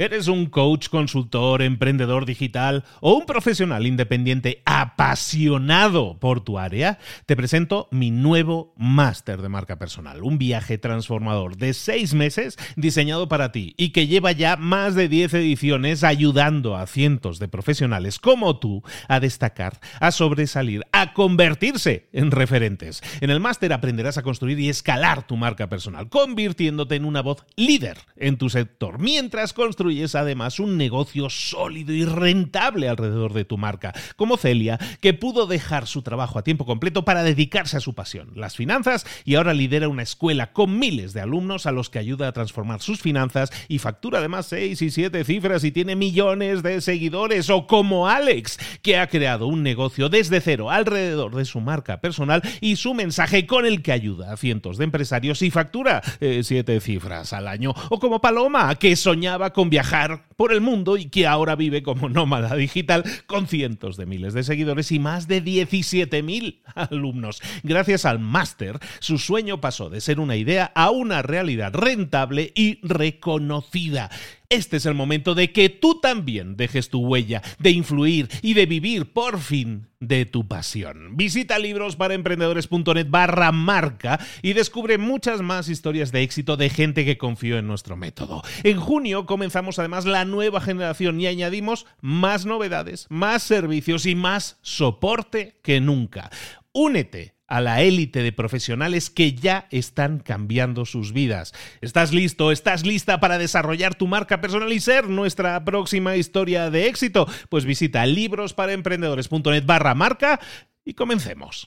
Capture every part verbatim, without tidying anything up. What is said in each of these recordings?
¿Eres un coach, consultor, emprendedor digital o un profesional independiente apasionado por tu área? Te presento mi nuevo máster de marca personal, un viaje transformador de seis meses diseñado para ti y que lleva ya más de diez ediciones ayudando a cientos de profesionales como tú a destacar, a sobresalir, a convertirse en referentes. En el máster aprenderás a construir y escalar tu marca personal, convirtiéndote en una voz líder en tu sector, mientras construyes además un negocio sólido y rentable alrededor de tu marca, como Celia, que pudo dejar su trabajo a tiempo completo para dedicarse a su pasión, las finanzas, y ahora lidera una escuela con miles de alumnos a los que ayuda a transformar sus finanzas y factura además seis y siete cifras y tiene millones de seguidores. O como Alex, que ha creado un negocio desde cero alrededor de su marca personal y su mensaje, con el que ayuda a cientos de empresarios y factura eh, siete cifras al año. O como Paloma, que soñaba con viajar por el mundo y que ahora vive como nómada digital con cientos de miles de seguidores y más de diecisiete mil alumnos. Gracias al máster, su sueño pasó de ser una idea a una realidad rentable y reconocida. Este es el momento de que tú también dejes tu huella, de influir y de vivir por fin de tu pasión. Visita librosparaemprendedores.net barra marca y descubre muchas más historias de éxito de gente que confió en nuestro método. En junio comenzamos además la nueva generación y añadimos más novedades, más servicios y más soporte que nunca. Únete a la élite de profesionales que ya están cambiando sus vidas. ¿Estás listo? ¿Estás lista para desarrollar tu marca personal y ser nuestra próxima historia de éxito? Pues visita librosparaemprendedores.net barra marca y comencemos.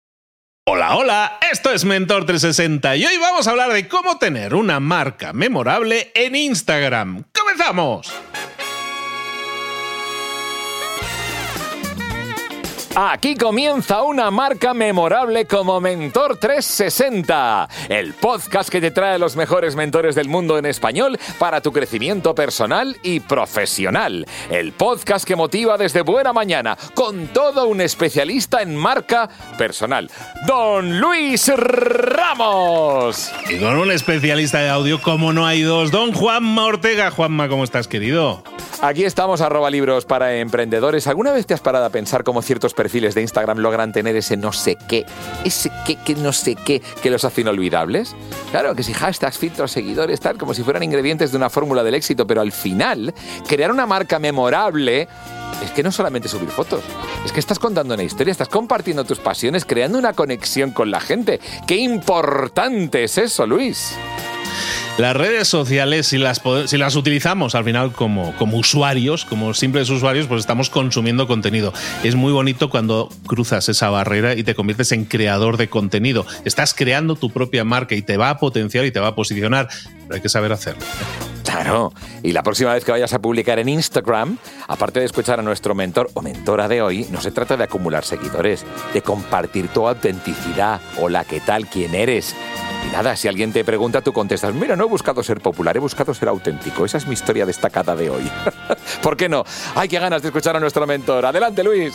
Hola, hola, esto es Mentor trescientos sesenta y hoy vamos a hablar de cómo tener una marca memorable en Instagram. ¡Comenzamos! Aquí comienza una marca memorable como Mentor trescientos sesenta, el podcast que te trae los mejores mentores del mundo en español para tu crecimiento personal y profesional. El podcast que motiva desde buena mañana, con todo un especialista en marca personal, Don Luis Ramos. Y con un especialista de audio como no hay dos, Don Juanma Ortega. Juanma, ¿cómo estás, querido? Aquí estamos, arroba libros para emprendedores. ¿Alguna vez te has parado a pensar cómo ciertos perfiles de Instagram logran tener ese no sé qué, ese qué, que no sé qué, que los hace inolvidables? Claro, que si hashtags, filtros, seguidores, tal, como si fueran ingredientes de una fórmula del éxito, pero al final, crear una marca memorable es que no solamente subir fotos, es que estás contando una historia, estás compartiendo tus pasiones, creando una conexión con la gente. ¡Qué importante es eso, Luis! Las redes sociales, si las, si las utilizamos al final como, como usuarios, como simples usuarios, pues estamos consumiendo contenido. Es muy bonito cuando cruzas esa barrera y te conviertes en creador de contenido. Estás creando tu propia marca y te va a potenciar y te va a posicionar, pero hay que saber hacerlo. Claro, y la próxima vez que vayas a publicar en Instagram, aparte de escuchar a nuestro mentor o mentora de hoy, no se trata de acumular seguidores, de compartir tu autenticidad. Hola, ¿qué tal? ¿Quién eres? Y nada, si alguien te pregunta, tú contestas, mira, no he buscado ser popular, he buscado ser auténtico. Esa es mi historia destacada de hoy. ¿Por qué no? ¡Ay, qué ganas de escuchar a nuestro mentor! ¡Adelante, Luis!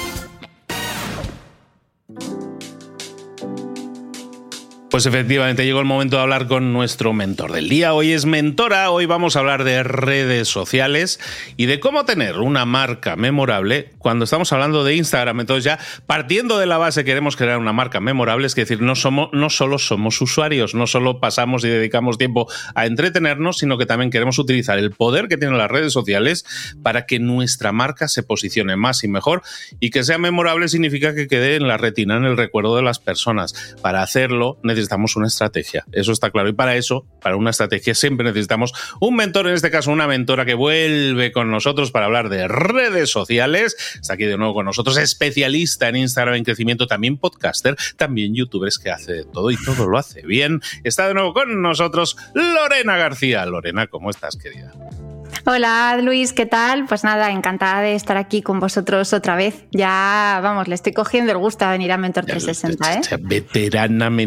Pues efectivamente llegó el momento de hablar con nuestro mentor del día. Hoy es mentora, hoy vamos a hablar de redes sociales y de cómo tener una marca memorable cuando estamos hablando de Instagram. Entonces ya partiendo de la base queremos crear una marca memorable, es decir, no, somos, no solo somos usuarios, no solo pasamos y dedicamos tiempo a entretenernos, sino que también queremos utilizar el poder que tienen las redes sociales para que nuestra marca se posicione más y mejor, y que sea memorable significa que quede en la retina, en el recuerdo de las personas. Para hacerlo necesitamos necesitamos una estrategia, eso está claro, y para eso, para una estrategia siempre necesitamos un mentor, en este caso una mentora que vuelve con nosotros para hablar de redes sociales. Está aquí de nuevo con nosotros, especialista en Instagram, en crecimiento, también podcaster, también youtuber, es que hace de todo y todo lo hace bien. Está de nuevo con nosotros Lorena García. Lorena, ¿cómo estás, querida? Hola Luis, ¿qué tal? Pues nada, encantada de estar aquí con vosotros otra vez. Ya, vamos, le estoy cogiendo el gusto a venir a Mentor trescientos sesenta, ¿eh? Veterana mentora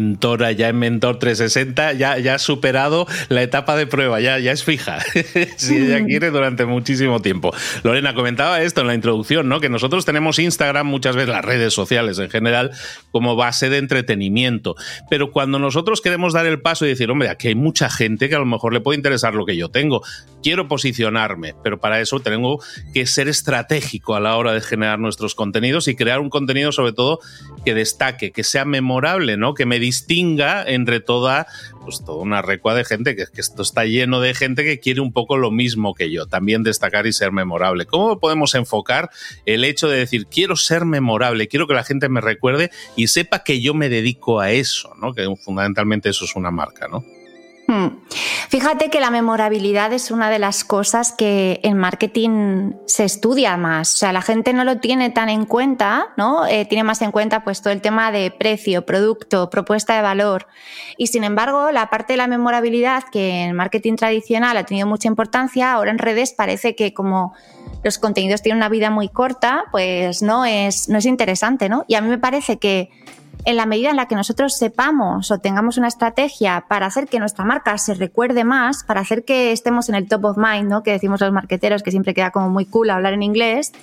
Laura ya en Mentor trescientos sesenta ya, ya ha superado la etapa de prueba, ya, ya es fija, si ella quiere, durante muchísimo tiempo. Lorena, comentaba esto en la introducción, ¿no? Que nosotros tenemos Instagram, muchas veces las redes sociales en general, como base de entretenimiento. Pero cuando nosotros queremos dar el paso y decir, hombre, aquí hay mucha gente que a lo mejor le puede interesar lo que yo tengo, quiero posicionarme, pero para eso tengo que ser estratégico a la hora de generar nuestros contenidos y crear un contenido sobre todo que destaque, que sea memorable, ¿no? Que me distinga entre toda, pues, toda una recua de gente, que, que esto está lleno de gente que quiere un poco lo mismo que yo, también destacar y ser memorable. ¿Cómo podemos enfocar el hecho de decir, quiero ser memorable, quiero que la gente me recuerde y sepa que yo me dedico a eso, ¿no? Que fundamentalmente eso es una marca, ¿no? Hmm. Fíjate que la memorabilidad es una de las cosas que en marketing se estudia más. O sea, la gente no lo tiene tan en cuenta, ¿no? Eh, tiene más en cuenta pues todo el tema de precio, producto, propuesta de valor. Y sin embargo, la parte de la memorabilidad, que en marketing tradicional ha tenido mucha importancia, ahora en redes parece que como los contenidos tienen una vida muy corta, pues no es, no es interesante, ¿no? Y a mí me parece que en la medida en la que nosotros sepamos o tengamos una estrategia para hacer que nuestra marca se recuerde más, para hacer que estemos en el top of mind, ¿no? Que decimos los marketeros, que siempre queda como muy cool hablar en inglés,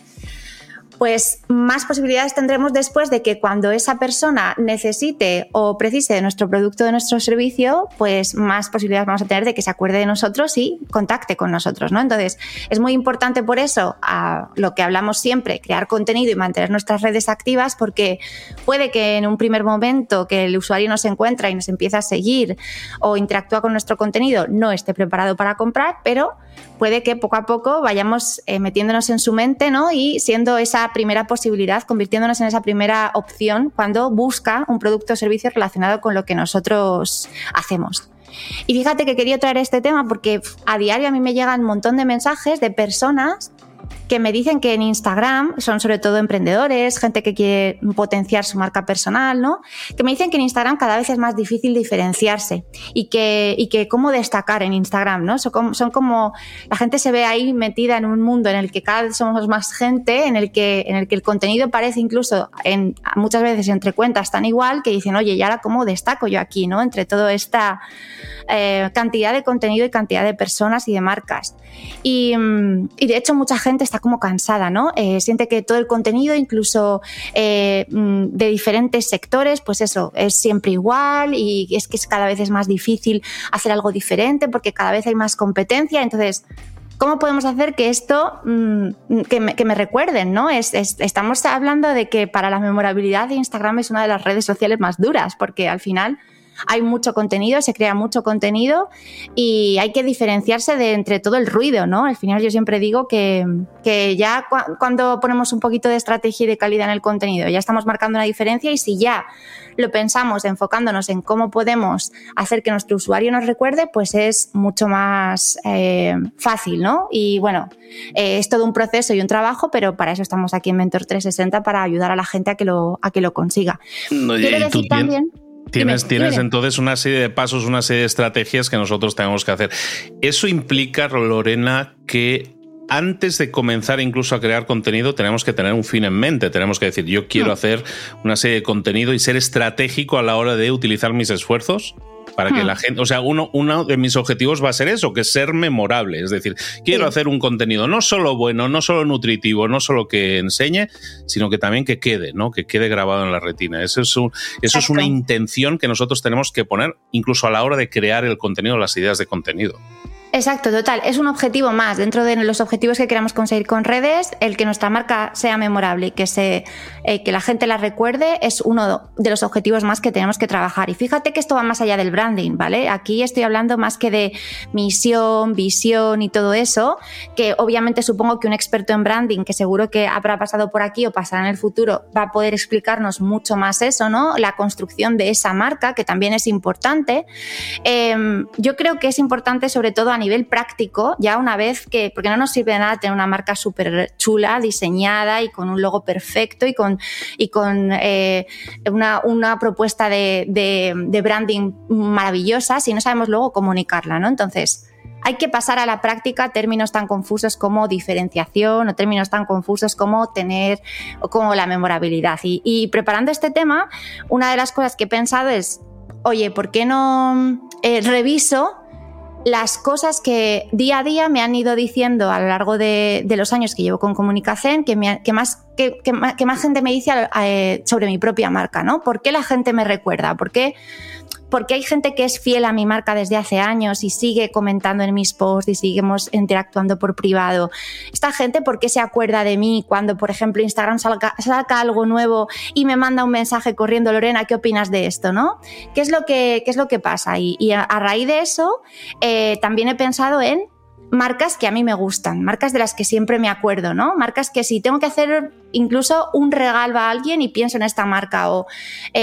pues más posibilidades tendremos después de que cuando esa persona necesite o precise de nuestro producto o de nuestro servicio, pues más posibilidades vamos a tener de que se acuerde de nosotros y contacte con nosotros, ¿no? Entonces, es muy importante por eso, a lo que hablamos siempre, crear contenido y mantener nuestras redes activas, porque puede que en un primer momento que el usuario nos encuentra y nos empieza a seguir o interactúa con nuestro contenido no esté preparado para comprar, pero puede que poco a poco vayamos eh, metiéndonos en su mente, ¿no? Y siendo esa primera posibilidad, convirtiéndonos en esa primera opción cuando busca un producto o servicio relacionado con lo que nosotros hacemos. Y fíjate que quería traer este tema porque a diario a mí me llegan un montón de mensajes de personas que me dicen que en Instagram, son sobre todo emprendedores, gente que quiere potenciar su marca personal, ¿no? Que me dicen que en Instagram cada vez es más difícil diferenciarse y que, y que cómo destacar en Instagram, ¿no? Son como, son como, la gente se ve ahí metida en un mundo en el que cada vez somos más gente, en el que, en el que el contenido parece incluso en, muchas veces entre cuentas tan igual que dicen, oye, ¿y ahora cómo destaco yo aquí, ¿no? Entre toda esta eh, cantidad de contenido y cantidad de personas y de marcas. Y, y de hecho mucha gente está como cansada, ¿no? Eh, siente que todo el contenido, incluso eh, de diferentes sectores, pues eso, es siempre igual y es que es cada vez es más difícil hacer algo diferente porque cada vez hay más competencia. Entonces, ¿cómo podemos hacer que esto, mmm, que, me, que me recuerden, ¿no? Es, es, estamos hablando de que para la memorabilidad Instagram es una de las redes sociales más duras porque al final hay mucho contenido, se crea mucho contenido y hay que diferenciarse de entre todo el ruido, ¿no? Al final yo siempre digo que, que ya cu- cuando ponemos un poquito de estrategia y de calidad en el contenido, ya estamos marcando una diferencia y si ya lo pensamos enfocándonos en cómo podemos hacer que nuestro usuario nos recuerde, pues es mucho más eh, fácil, ¿no? Y bueno, eh, es todo un proceso y un trabajo, pero para eso estamos aquí en Mentor trescientos sesenta, para ayudar a la gente a que lo, a que lo consiga. No, Quiero decir también... Tienes, Dime, tienes dime. entonces una serie de pasos, una serie de estrategias que nosotros tenemos que hacer. Eso implica, Lorena, que antes de comenzar incluso a crear contenido tenemos que tener un fin en mente. Tenemos que decir, yo quiero No. hacer una serie de contenido y ser estratégico a la hora de utilizar mis esfuerzos para que Hmm. la gente... O sea, uno, uno de mis objetivos va a ser eso, que es ser memorable. Es decir, quiero Sí. hacer un contenido no solo bueno, no solo nutritivo, no solo que enseñe, sino que también que quede, ¿no? Que quede grabado en la retina. Eso es, un, eso es una Exacto. intención que nosotros tenemos que poner incluso a la hora de crear el contenido, las ideas de contenido. Exacto, total. Es un objetivo más dentro de los objetivos que queramos conseguir con redes. El que nuestra marca sea memorable y que, se, eh, que la gente la recuerde es uno de los objetivos más que tenemos que trabajar. Y fíjate que esto va más allá del branding, ¿vale? Aquí estoy hablando más que de misión, visión y todo eso, que obviamente supongo que un experto en branding, que seguro que habrá pasado por aquí o pasará en el futuro, va a poder explicarnos mucho más eso, ¿no? La construcción de esa marca, que también es importante. Eh, yo creo que es importante sobre todo a nivel práctico, ya una vez que, porque no nos sirve de nada tener una marca súper chula, diseñada y con un logo perfecto y con, y con eh, una, una propuesta de, de, de branding maravillosa si no sabemos luego comunicarla, ¿no? Entonces, hay que pasar a la práctica términos tan confusos como diferenciación o términos tan confusos como tener o como la memorabilidad. Y, y preparando este tema, una de las cosas que he pensado es oye, ¿por qué no eh, reviso las cosas que día a día me han ido diciendo a lo largo de, de los años que llevo con Comunicación, que, me, que, más, que, que, que más gente me dice eh, sobre mi propia marca, ¿no? ¿Por qué la gente me recuerda? ¿Por qué, porque hay gente que es fiel a mi marca desde hace años y sigue comentando en mis posts y seguimos interactuando por privado? Esta gente, ¿por qué se acuerda de mí cuando, por ejemplo, Instagram salga, saca algo nuevo y me manda un mensaje corriendo? Lorena, ¿qué opinas de esto? ¿No? ¿Qué es lo que, qué es lo que pasa? Y, y a, a raíz de eso, eh, también he pensado en marcas que a mí me gustan, marcas de las que siempre me acuerdo, ¿no? Marcas que si tengo que hacer incluso un regalo a alguien y pienso en esta marca, o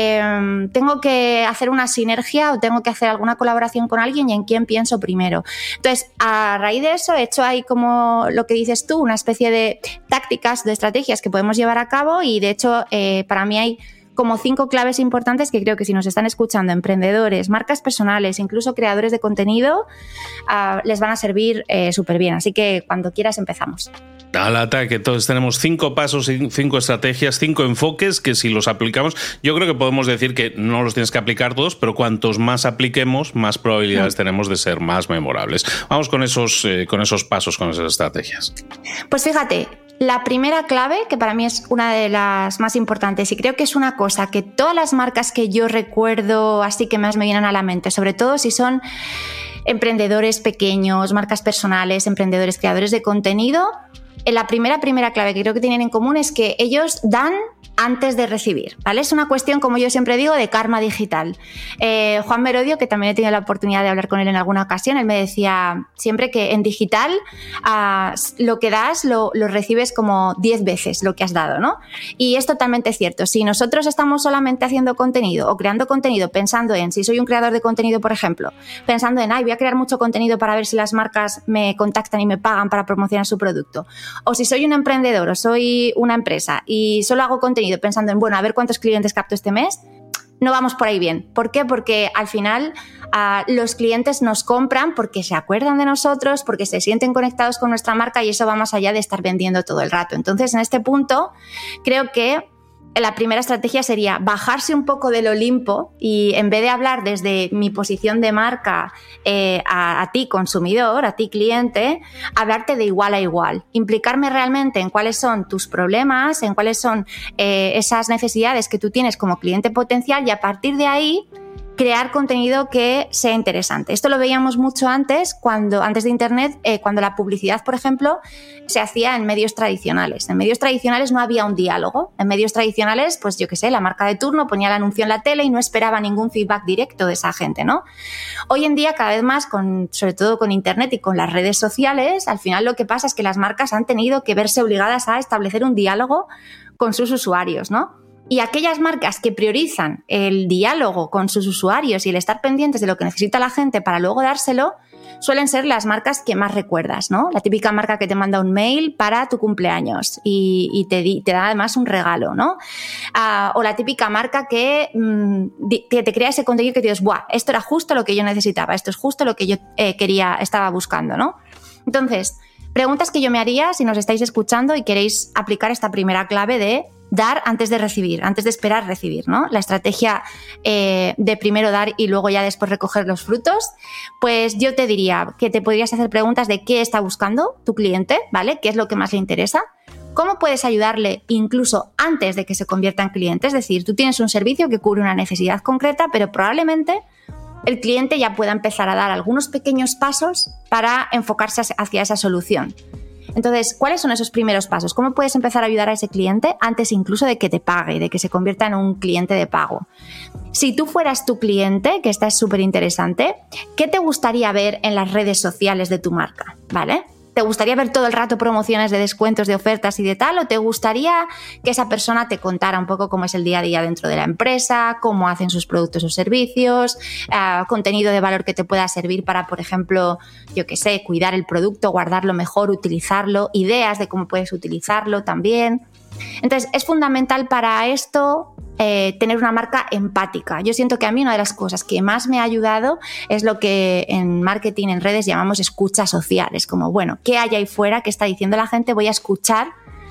eh, tengo que hacer una sinergia o tengo que hacer alguna colaboración con alguien, y en quién pienso primero. Entonces, a raíz de eso he hecho ahí, como lo que dices tú, una especie de tácticas, de estrategias que podemos llevar a cabo, y de hecho eh, para mí hay como cinco claves importantes que creo que si nos están escuchando emprendedores, marcas personales, incluso creadores de contenido, uh, les van a servir eh, súper bien. Así que cuando quieras empezamos. Al ataque. Entonces tenemos cinco pasos, cinco estrategias, cinco enfoques que si los aplicamos, yo creo que podemos decir que no los tienes que aplicar todos, pero cuantos más apliquemos, más probabilidades sí. tenemos de ser más memorables. Vamos con esos, eh, con esos pasos, con esas estrategias. Pues fíjate, la primera clave, que para mí es una de las más importantes, y creo que es una cosa que todas las marcas que yo recuerdo así que más me vienen a la mente, sobre todo si son emprendedores pequeños, marcas personales, emprendedores, creadores de contenido, la primera, primera clave que creo que tienen en común es que ellos dan antes de recibir, ¿vale? Es una cuestión, como yo siempre digo, de karma digital. Eh, Juan Merodio, que también he tenido la oportunidad de hablar con él en alguna ocasión, él me decía siempre que en digital uh, lo que das lo, lo recibes como diez veces lo que has dado, ¿no? Y es totalmente cierto. Si nosotros estamos solamente haciendo contenido o creando contenido pensando en, si soy un creador de contenido, por ejemplo, pensando en, ay, voy a crear mucho contenido para ver si las marcas me contactan y me pagan para promocionar su producto. O si soy un emprendedor o soy una empresa y solo hago contenido pensando en, bueno, a ver cuántos clientes capto este mes, no vamos por ahí bien. ¿Por qué? Porque al final uh, los clientes nos compran porque se acuerdan de nosotros, porque se sienten conectados con nuestra marca, y eso va más allá de estar vendiendo todo el rato. Entonces, en este punto, creo que la primera estrategia sería bajarse un poco del Olimpo y, en vez de hablar desde mi posición de marca eh, a, a ti consumidor, a ti cliente, hablarte de igual a igual, implicarme realmente en cuáles son tus problemas, en cuáles son eh, esas necesidades que tú tienes como cliente potencial, y a partir de ahí crear contenido que sea interesante. Esto lo veíamos mucho antes, cuando antes de Internet, eh, cuando la publicidad, por ejemplo, se hacía en medios tradicionales. En medios tradicionales no había un diálogo. En medios tradicionales, pues yo qué sé, la marca de turno ponía el anuncio en la tele y no esperaba ningún feedback directo de esa gente, ¿no? Hoy en día, cada vez más, con, sobre todo con Internet y con las redes sociales, al final lo que pasa es que las marcas han tenido que verse obligadas a establecer un diálogo con sus usuarios, ¿no? Y aquellas marcas que priorizan el diálogo con sus usuarios y el estar pendientes de lo que necesita la gente para luego dárselo, suelen ser las marcas que más recuerdas, ¿no? La típica marca que te manda un mail para tu cumpleaños y, y te, di, te da además un regalo, ¿no? Uh, o la típica marca que mmm, te, te crea ese contenido que te dices, ¡buah! Esto era justo lo que yo necesitaba, esto es justo lo que yo eh, quería, estaba buscando, ¿no? Entonces, preguntas que yo me haría si nos estáis escuchando y queréis aplicar esta primera clave de dar antes de recibir, antes de esperar recibir, ¿no? La estrategia eh, de primero dar y luego ya después recoger los frutos. Pues yo te diría que te podrías hacer preguntas de qué está buscando tu cliente, ¿vale? ¿Qué es lo que más le interesa? ¿Cómo puedes ayudarle incluso antes de que se convierta en cliente? Es decir, tú tienes un servicio que cubre una necesidad concreta, pero probablemente el cliente ya pueda empezar a dar algunos pequeños pasos para enfocarse hacia esa solución. Entonces, ¿cuáles son esos primeros pasos? ¿Cómo puedes empezar a ayudar a ese cliente antes incluso de que te pague, de que se convierta en un cliente de pago? Si tú fueras tu cliente, que esta es súper interesante, ¿qué te gustaría ver en las redes sociales de tu marca? ¿Vale? ¿Te gustaría ver todo el rato promociones de descuentos, de ofertas y de tal? ¿O te gustaría que esa persona te contara un poco cómo es el día a día dentro de la empresa, cómo hacen sus productos o servicios, uh, contenido de valor que te pueda servir para, por ejemplo, yo qué sé, cuidar el producto, guardarlo mejor, utilizarlo, ideas de cómo puedes utilizarlo también? Entonces, es fundamental para esto eh, tener una marca empática. Yo siento que a mí una de las cosas que más me ha ayudado es lo que en marketing, en redes, llamamos escucha social. Es como, bueno, ¿qué hay ahí fuera? ¿Qué está diciendo la gente? Voy a escuchar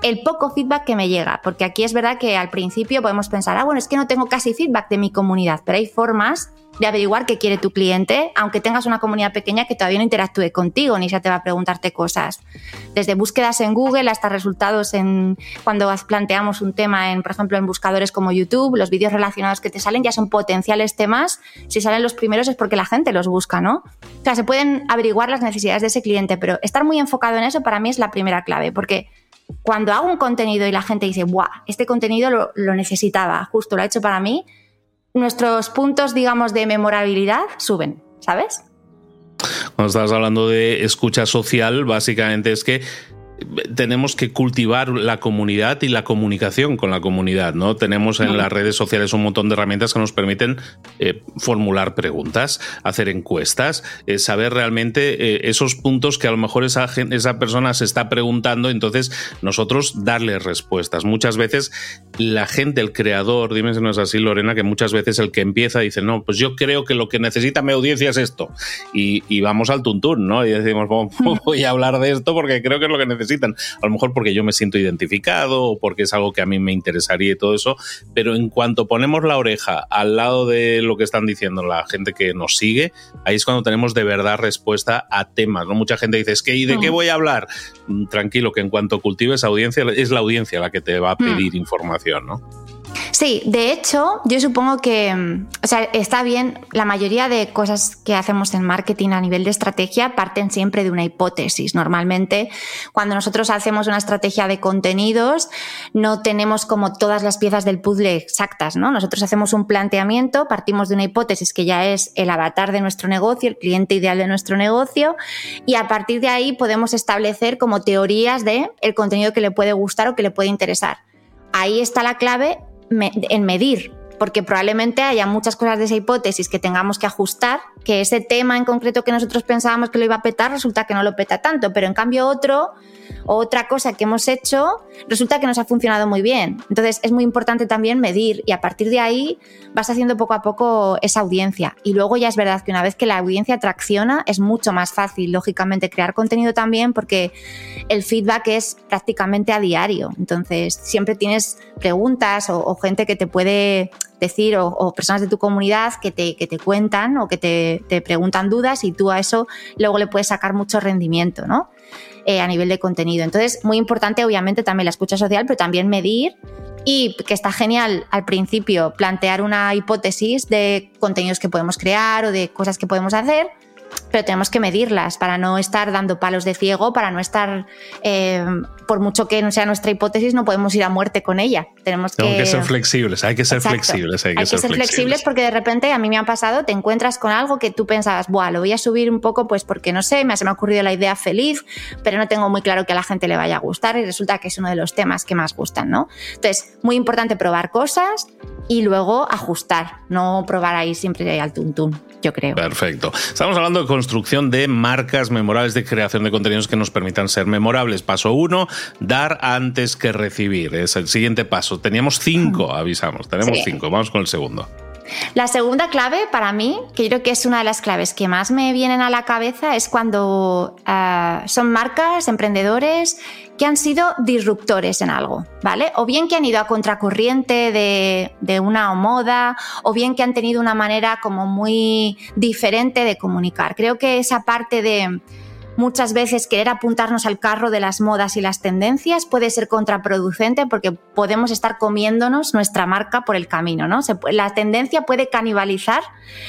el poco feedback que me llega, porque aquí es verdad que al principio podemos pensar, ah, bueno, es que no tengo casi feedback de mi comunidad, pero hay formas de averiguar qué quiere tu cliente, aunque tengas una comunidad pequeña que todavía no interactúe contigo, ni se te va a preguntarte cosas. Desde búsquedas en Google hasta resultados en cuando planteamos un tema, en, por ejemplo, en buscadores como YouTube, los vídeos relacionados que te salen ya son potenciales temas. Si salen los primeros es porque la gente los busca, ¿no? O sea, se pueden averiguar las necesidades de ese cliente, pero estar muy enfocado en eso para mí es la primera clave, porque cuando hago un contenido y la gente dice, ¡buah! Este contenido lo, lo necesitaba, justo lo ha hecho para mí, nuestros puntos, digamos, de memorabilidad suben, ¿sabes? Cuando estás hablando de escucha social, básicamente es que tenemos que cultivar la comunidad y la comunicación con la comunidad, ¿no? Tenemos en las redes sociales un montón de herramientas que nos permiten eh, formular preguntas, hacer encuestas, eh, saber realmente eh, esos puntos que a lo mejor esa, esa persona se está preguntando, entonces nosotros darle respuestas. Muchas veces la gente, el creador, dime si no es así, Lorena, que muchas veces el que empieza dice, no, pues yo creo que lo que necesita mi audiencia es esto. Y, y vamos al tuntún, ¿no? Y decimos, voy a hablar de esto porque creo que es lo que necesita. A lo mejor porque yo me siento identificado o porque es algo que a mí me interesaría y todo eso, pero en cuanto ponemos la oreja al lado de lo que están diciendo la gente que nos sigue, ahí es cuando tenemos de verdad respuesta a temas, ¿no? Mucha gente dice, es que ¿y de qué voy a hablar? Tranquilo, que en cuanto cultives audiencia, es la audiencia la que te va a pedir mm. información, ¿no? Sí, de hecho, yo supongo que, o sea, está bien, la mayoría de cosas que hacemos en marketing a nivel de estrategia parten siempre de una hipótesis. Normalmente, cuando nosotros hacemos una estrategia de contenidos, no tenemos como todas las piezas del puzzle exactas, ¿no? Nosotros hacemos un planteamiento, partimos de una hipótesis que ya es el avatar de nuestro negocio, el cliente ideal de nuestro negocio, y a partir de ahí podemos establecer como teorías de el contenido que le puede gustar o que le puede interesar. Ahí está la clave en medir, porque probablemente haya muchas cosas de esa hipótesis que tengamos que ajustar, que ese tema en concreto que nosotros pensábamos que lo iba a petar resulta que no lo peta tanto, pero en cambio otro o otra cosa que hemos hecho resulta que nos ha funcionado muy bien. Entonces es muy importante también medir y a partir de ahí vas haciendo poco a poco esa audiencia. Y luego ya es verdad que una vez que la audiencia tracciona es mucho más fácil, lógicamente, crear contenido también porque el feedback es prácticamente a diario. Entonces siempre tienes preguntas o, o gente que te puede decir o, o personas de tu comunidad que te, que te cuentan o que te, te preguntan dudas y tú a eso luego le puedes sacar mucho rendimiento, ¿no? Eh, a nivel de contenido. Entonces, muy importante obviamente también la escucha social, pero también medir y que está genial al principio plantear una hipótesis de contenidos que podemos crear o de cosas que podemos hacer, pero tenemos que medirlas para no estar dando palos de ciego, para no estar, eh, por mucho que no sea nuestra hipótesis, no podemos ir a muerte con ella. Tenemos que, Tengo que ser flexibles, hay que ser Exacto. flexibles. Hay que, hay que ser, ser flexibles. flexibles porque de repente, a mí me ha pasado, te encuentras con algo que tú pensabas, buah, lo voy a subir un poco pues porque no sé, me, se me ha ocurrido la idea feliz, pero no tengo muy claro que a la gente le vaya a gustar y resulta que es uno de los temas que más gustan, ¿no? Entonces, muy importante probar cosas y luego ajustar, no probar ahí siempre al tuntún, yo creo. Perfecto. Estamos hablando de construcción de marcas memorables, de creación de contenidos que nos permitan ser memorables. Paso uno, dar antes que recibir. Es el siguiente paso. Teníamos cinco, avisamos. Tenemos sí. cinco. Vamos con el segundo. La segunda clave para mí, que yo creo que es una de las claves que más me vienen a la cabeza, es cuando uh, son marcas, emprendedores que han sido disruptores en algo, ¿vale? O bien que han ido a contracorriente de, de una moda, o bien que han tenido una manera como muy diferente de comunicar. Creo que esa parte de muchas veces querer apuntarnos al carro de las modas y las tendencias puede ser contraproducente porque podemos estar comiéndonos nuestra marca por el camino, ¿no? Se, la tendencia puede canibalizar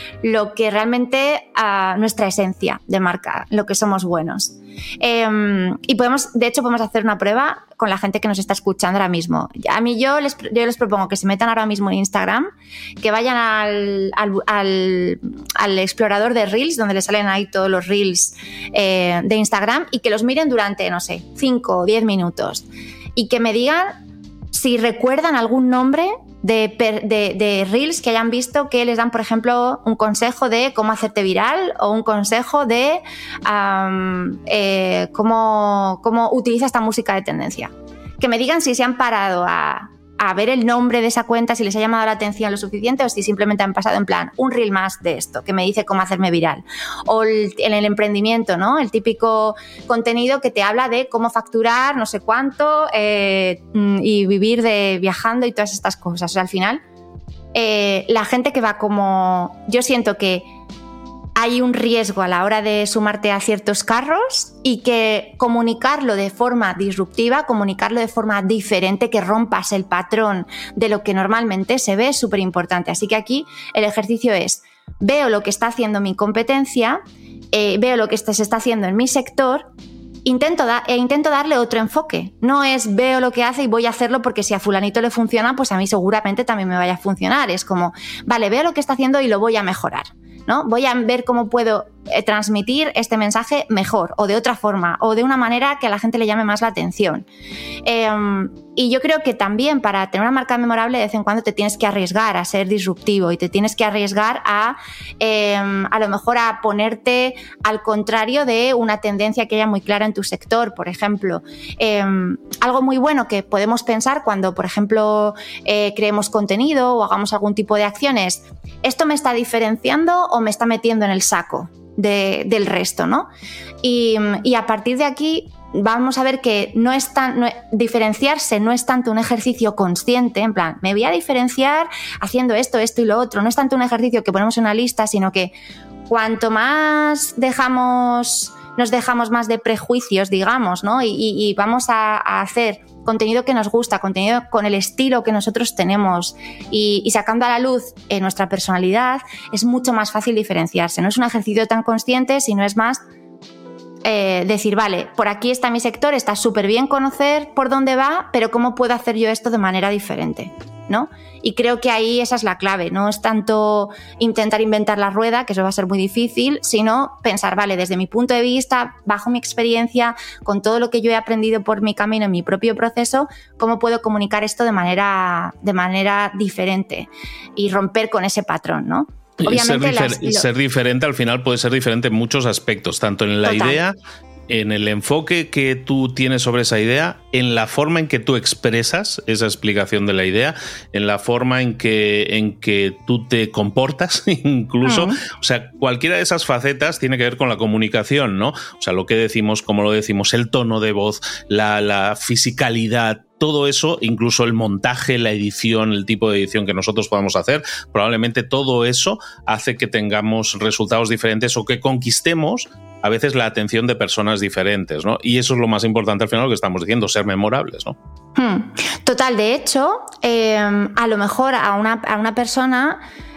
lo que realmente uh, nuestra esencia de marca, lo que somos buenos. Eh, y podemos, de hecho, podemos hacer una prueba con la gente que nos está escuchando ahora mismo. A mí yo les, yo les propongo que se metan ahora mismo en Instagram, que vayan al, al, al, al explorador de Reels, donde les salen ahí todos los Reels eh, de Instagram, y que los miren durante, no sé, cinco o diez minutos. Y que me digan si recuerdan algún nombre de, de, de Reels que hayan visto que les dan, por ejemplo, un consejo de cómo hacerte viral o un consejo de um, eh, cómo, cómo utiliza esta música de tendencia. Que me digan si se han parado a, a ver el nombre de esa cuenta, si les ha llamado la atención lo suficiente o si simplemente han pasado en plan un reel más de esto que me dice cómo hacerme viral. O el, en el emprendimiento, ¿no? El típico contenido que te habla de cómo facturar no sé cuánto eh, y vivir de viajando y todas estas cosas. O sea, al final, eh, la gente que va como... Yo siento que hay un riesgo a la hora de sumarte a ciertos carros y que comunicarlo de forma disruptiva, comunicarlo de forma diferente, que rompas el patrón de lo que normalmente se ve, es súper importante. Así que aquí el ejercicio es, veo lo que está haciendo mi competencia, eh, veo lo que se está haciendo en mi sector, intento, da- e intento darle otro enfoque. No es veo lo que hace y voy a hacerlo porque si a fulanito le funciona, pues a mí seguramente también me vaya a funcionar. Es como, vale, veo lo que está haciendo y lo voy a mejorar, ¿no? Voy a ver cómo puedo eh, transmitir este mensaje mejor o de otra forma o de una manera que a la gente le llame más la atención. Eh, y yo creo que también para tener una marca memorable de vez en cuando te tienes que arriesgar a ser disruptivo y te tienes que arriesgar a eh, a lo mejor a ponerte al contrario de una tendencia que haya muy clara en tu sector, por ejemplo. Eh, algo muy bueno que podemos pensar cuando, por ejemplo, eh, creemos contenido o hagamos algún tipo de acciones, ¿esto me está diferenciando o me está metiendo en el saco de, del resto, ¿no? Y, y a partir de aquí vamos a ver que no es tan, no, diferenciarse no es tanto un ejercicio consciente, en plan, me voy a diferenciar haciendo esto, esto y lo otro. No es tanto un ejercicio que ponemos en una lista, sino que cuanto más dejamos, nos dejamos más de prejuicios, digamos, ¿no? Y, y, y vamos a, a hacer contenido que nos gusta, contenido con el estilo que nosotros tenemos y, y sacando a la luz eh, nuestra personalidad, es mucho más fácil diferenciarse. No es un ejercicio tan consciente, sino es más eh, decir, vale, por aquí está mi sector, está súper bien conocer por dónde va, pero ¿cómo puedo hacer yo esto de manera diferente? ¿No? Y creo que ahí esa es la clave, no es tanto intentar inventar la rueda, que eso va a ser muy difícil, sino pensar, vale, desde mi punto de vista, bajo mi experiencia, con todo lo que yo he aprendido por mi camino, en mi propio proceso, ¿cómo puedo comunicar esto de manera, de manera diferente y romper con ese patrón, ¿no? Obviamente ser, difer- las, ser diferente al final puede ser diferente en muchos aspectos, tanto en la Total. idea, en el enfoque que tú tienes sobre esa idea, en la forma en que tú expresas esa explicación de la idea, en la forma en que, en que tú te comportas incluso. Uh-huh. O sea, cualquiera de esas facetas tiene que ver con la comunicación, ¿no? O sea, lo que decimos, cómo lo decimos, el tono de voz, la, la fisicalidad, todo eso, incluso el montaje, la edición, el tipo de edición que nosotros podamos hacer, probablemente todo eso hace que tengamos resultados diferentes o que conquistemos a veces la atención de personas diferentes, ¿no? Y eso es lo más importante al final, lo que estamos diciendo, ser memorables, ¿no? Hmm. Total, de hecho, eh, a lo mejor a una, a una persona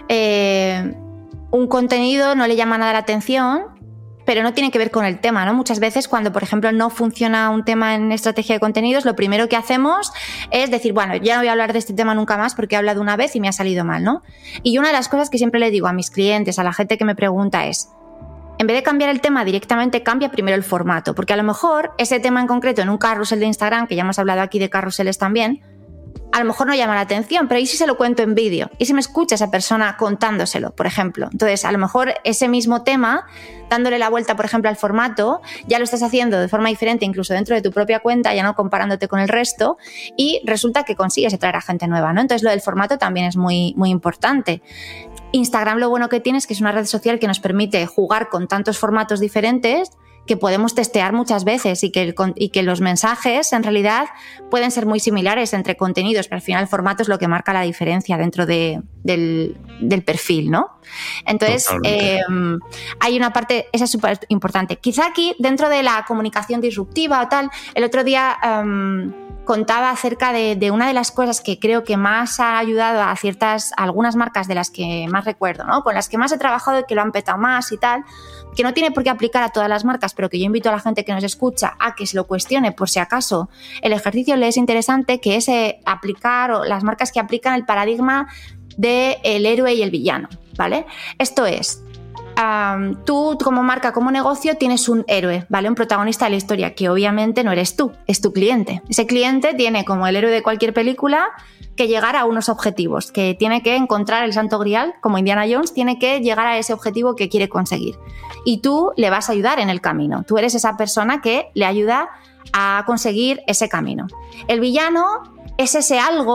eh, un contenido no le llama nada la atención, pero no tiene que ver con el tema, ¿no? Muchas veces cuando, por ejemplo, no funciona un tema en estrategia de contenidos, lo primero que hacemos es decir, bueno, ya no voy a hablar de este tema nunca más porque he hablado una vez y me ha salido mal, ¿no? Y una de las cosas que siempre le digo a mis clientes, a la gente que me pregunta es, en vez de cambiar el tema directamente, cambia primero el formato, porque a lo mejor ese tema en concreto en un carrusel de Instagram, que ya hemos hablado aquí de carruseles también, a lo mejor no llama la atención, pero ¿y si se lo cuento en vídeo? ¿Y si me escucha esa persona contándoselo, por ejemplo? Entonces, a lo mejor ese mismo tema, dándole la vuelta, por ejemplo, al formato, ya lo estás haciendo de forma diferente, incluso dentro de tu propia cuenta, ya no comparándote con el resto, y resulta que consigues atraer a gente nueva, ¿no? Entonces, lo del formato también es muy, muy importante. Instagram lo bueno que tiene es que es una red social que nos permite jugar con tantos formatos diferentes que podemos testear muchas veces y que, el, y que los mensajes en realidad pueden ser muy similares entre contenidos, pero al final el formato es lo que marca la diferencia dentro de, del, del perfil, ¿no? Entonces, eh, hay una parte, esa es súper importante. Quizá aquí, dentro de la comunicación disruptiva o tal, el otro día um, contaba acerca de, de una de las cosas que creo que más ha ayudado a ciertas, a algunas marcas de las que más recuerdo, ¿no? Con las que más he trabajado y que lo han petado más y tal, que no tiene por qué aplicar a todas las marcas, pero que yo invito a la gente que nos escucha a que se lo cuestione por si acaso el ejercicio le es interesante, que es eh, aplicar, o las marcas que aplican el paradigma del héroe y el villano, ¿vale? Esto es, um, tú como marca, como negocio, tienes un héroe, ¿vale? Un protagonista de la historia, que obviamente no eres tú, es tu cliente. Ese cliente tiene, como el héroe de cualquier película, que llegar a unos objetivos, que tiene que encontrar el santo grial, como Indiana Jones, tiene que llegar a ese objetivo que quiere conseguir. Y tú le vas a ayudar en el camino. Tú eres esa persona que le ayuda a conseguir ese camino. El villano es ese algo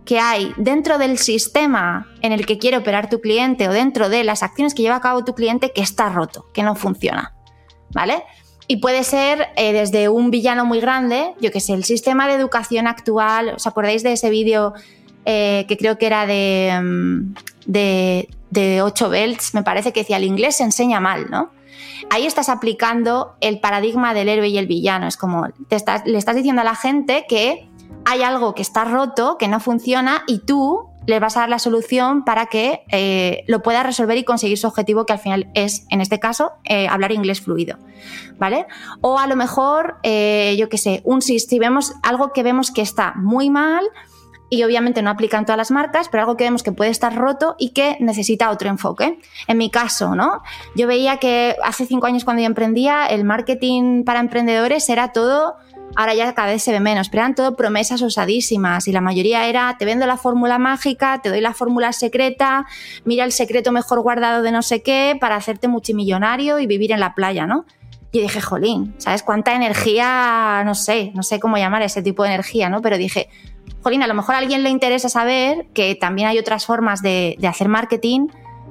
que hay dentro del sistema en el que quiere operar tu cliente o dentro de las acciones que lleva a cabo tu cliente que está roto, que no funciona, ¿vale? Y puede ser eh, desde un villano muy grande, yo qué sé, el sistema de educación actual. ¿Os acordáis de ese vídeo eh, que creo que era de, de, de ocho belts? Me parece que decía, el inglés se enseña mal, ¿no? Ahí estás aplicando el paradigma del héroe y el villano. Es como, te estás, le estás diciendo a la gente que hay algo que está roto, que no funciona, y tú les vas a dar la solución para que eh, lo pueda resolver y conseguir su objetivo, que al final es, en este caso, eh, hablar inglés fluido, ¿vale? O a lo mejor, eh, yo qué sé, un, si vemos algo que vemos que está muy mal, y obviamente no aplican todas las marcas, pero algo que vemos que puede estar roto y que necesita otro enfoque. En mi caso, ¿no? Yo veía que hace cinco años cuando yo emprendía, el marketing para emprendedores era todo... Ahora ya cada vez se ve menos, pero eran todo promesas osadísimas y la mayoría era te vendo la fórmula mágica, te doy la fórmula secreta, mira el secreto mejor guardado de no sé qué para hacerte multimillonario y vivir en la playa, ¿no? Y dije, jolín, ¿sabes cuánta energía? No sé, no sé cómo llamar ese tipo de energía, ¿no? Pero dije, jolín, a lo mejor a alguien le interesa saber que también hay otras formas de, de hacer marketing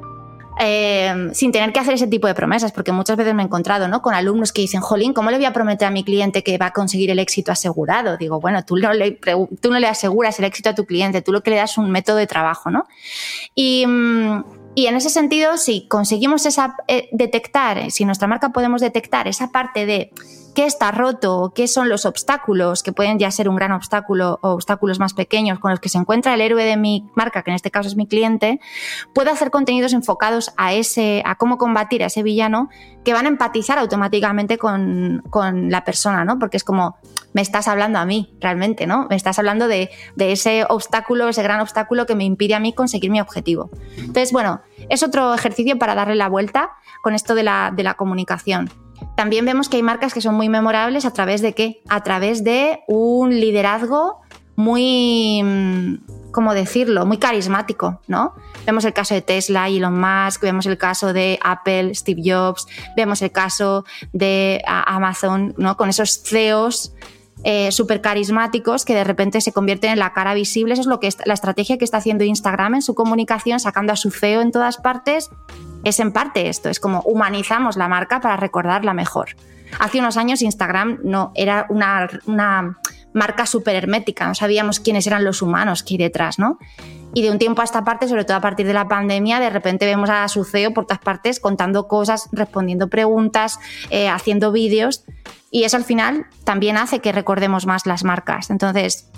Eh, sin tener que hacer ese tipo de promesas, porque muchas veces me he encontrado, ¿no?, con alumnos que dicen, jolín, ¿cómo le voy a prometer a mi cliente que va a conseguir el éxito asegurado? Digo, bueno, tú no le, tú no le aseguras el éxito a tu cliente, tú lo que le das es un método de trabajo, ¿no? Y, y en ese sentido, si conseguimos esa, eh, detectar, si nuestra marca podemos detectar esa parte de qué está roto, qué son los obstáculos, que pueden ya ser un gran obstáculo o obstáculos más pequeños con los que se encuentra el héroe de mi marca, que en este caso es mi cliente, puedo hacer contenidos enfocados a ese, a cómo combatir a ese villano, que van a empatizar automáticamente con, con la persona, ¿no? Porque es como, me estás hablando a mí realmente, ¿no? Me estás hablando de, de ese obstáculo, ese gran obstáculo que me impide a mí conseguir mi objetivo. Entonces, bueno, es otro ejercicio para darle la vuelta con esto de la, de la comunicación. También vemos que hay marcas que son muy memorables a través de ¿qué? A través de un liderazgo muy, ¿cómo decirlo?, muy carismático, ¿no? Vemos el caso de Tesla y Elon Musk, vemos el caso de Apple, Steve Jobs, vemos el caso de Amazon, ¿no?, con esos C E Os eh, súper carismáticos que de repente se convierten en la cara visible. Eso es lo que es, la estrategia que está haciendo Instagram en su comunicación, sacando a su C E O en todas partes. Es en parte esto, es como humanizamos la marca para recordarla mejor. Hace unos años Instagram no era una, una marca súper hermética, no sabíamos quiénes eran los humanos que hay detrás, ¿no? Y de un tiempo a esta parte, sobre todo a partir de la pandemia, de repente vemos a su C E O por todas partes contando cosas, respondiendo preguntas, eh, haciendo vídeos, y eso al final también hace que recordemos más las marcas. Entonces,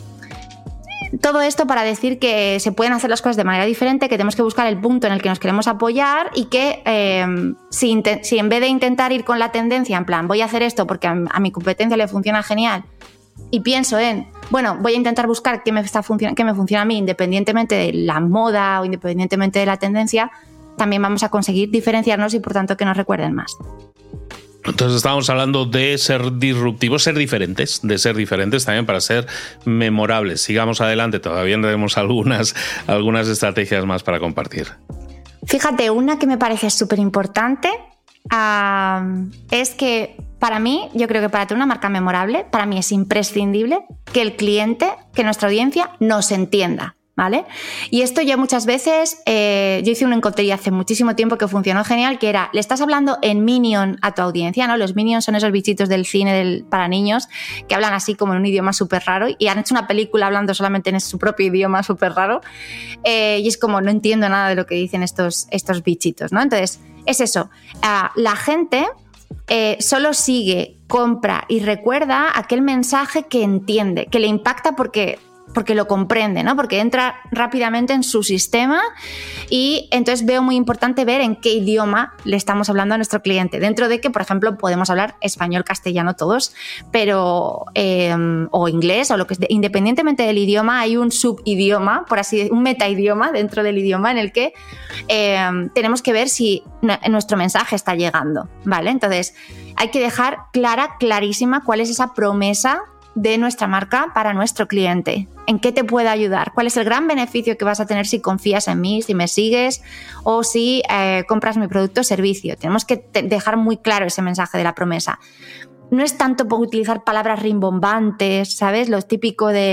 todo esto para decir que se pueden hacer las cosas de manera diferente, que tenemos que buscar el punto en el que nos queremos apoyar y que eh, si, si en vez de intentar ir con la tendencia, en plan, voy a hacer esto porque a, a mi competencia le funciona genial, y pienso en, bueno, voy a intentar buscar qué me, está funcion- qué me funciona a mí independientemente de la moda o independientemente de la tendencia, también vamos a conseguir diferenciarnos y por tanto que nos recuerden más. Entonces estábamos hablando de ser disruptivos, ser diferentes, de ser diferentes también para ser memorables. Sigamos adelante, todavía tenemos algunas, algunas estrategias más para compartir. Fíjate, una que me parece súper importante uh, es que para mí, yo creo que para tener una marca memorable, para mí es imprescindible que el cliente, que nuestra audiencia nos entienda, ¿vale? Y esto yo muchas veces, eh, yo hice una encontrilla hace muchísimo tiempo que funcionó genial, que era, le estás hablando en Minion a tu audiencia, ¿no? Los Minions son esos bichitos del cine del, para niños que hablan así como en un idioma súper raro y han hecho una película hablando solamente en su propio idioma súper raro, eh, y es como, no entiendo nada de lo que dicen estos, estos bichitos, ¿no? Entonces, es eso, uh, la gente eh, solo sigue, compra y recuerda aquel mensaje que entiende, que le impacta porque... porque lo comprende, ¿no? Porque entra rápidamente en su sistema y entonces veo muy importante ver en qué idioma le estamos hablando a nuestro cliente. Dentro de que, por ejemplo, podemos hablar español, castellano todos, pero eh, o inglés o lo que es, independientemente del idioma, hay un subidioma, por así decirlo, un metaidioma dentro del idioma en el que eh, tenemos que ver si nuestro mensaje está llegando, ¿vale? Entonces, hay que dejar clara, clarísima cuál es esa promesa de nuestra marca para nuestro cliente. ¿En qué te puede ayudar? ¿Cuál es el gran beneficio que vas a tener si confías en mí, si me sigues o si eh, compras mi producto o servicio? Tenemos que te- dejar muy claro ese mensaje de la promesa. No es tanto por utilizar palabras rimbombantes, ¿sabes? Lo típico de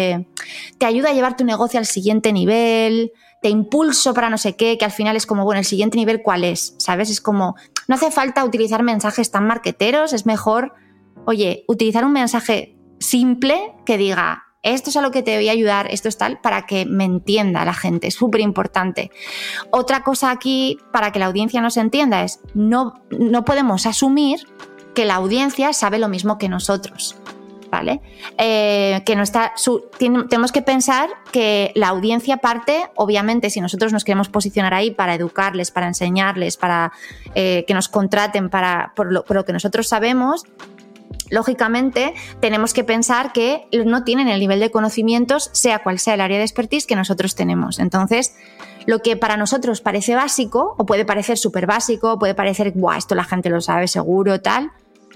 te ayuda a llevar tu negocio al siguiente nivel, te impulso para no sé qué, que al final es como, bueno, el siguiente nivel, ¿cuál es? ¿Sabes? Es como, no hace falta utilizar mensajes tan marqueteros, es mejor, oye, utilizar un mensaje simple que diga, esto es a lo que te voy a ayudar, esto es tal, para que me entienda la gente, es súper importante. Otra cosa aquí, para que la audiencia nos entienda, es no, no podemos asumir que la audiencia sabe lo mismo que nosotros, ¿vale? Eh, que no está, su, tiene, tenemos que pensar que la audiencia parte, obviamente, si nosotros nos queremos posicionar ahí para educarles, para enseñarles, para eh, que nos contraten para, por, lo, por lo que nosotros sabemos, lógicamente tenemos que pensar que no tienen el nivel de conocimientos, sea cual sea el área de expertise que nosotros tenemos. Entonces, lo que para nosotros parece básico, o puede parecer súper básico, puede parecer, guau, esto la gente lo sabe seguro, tal.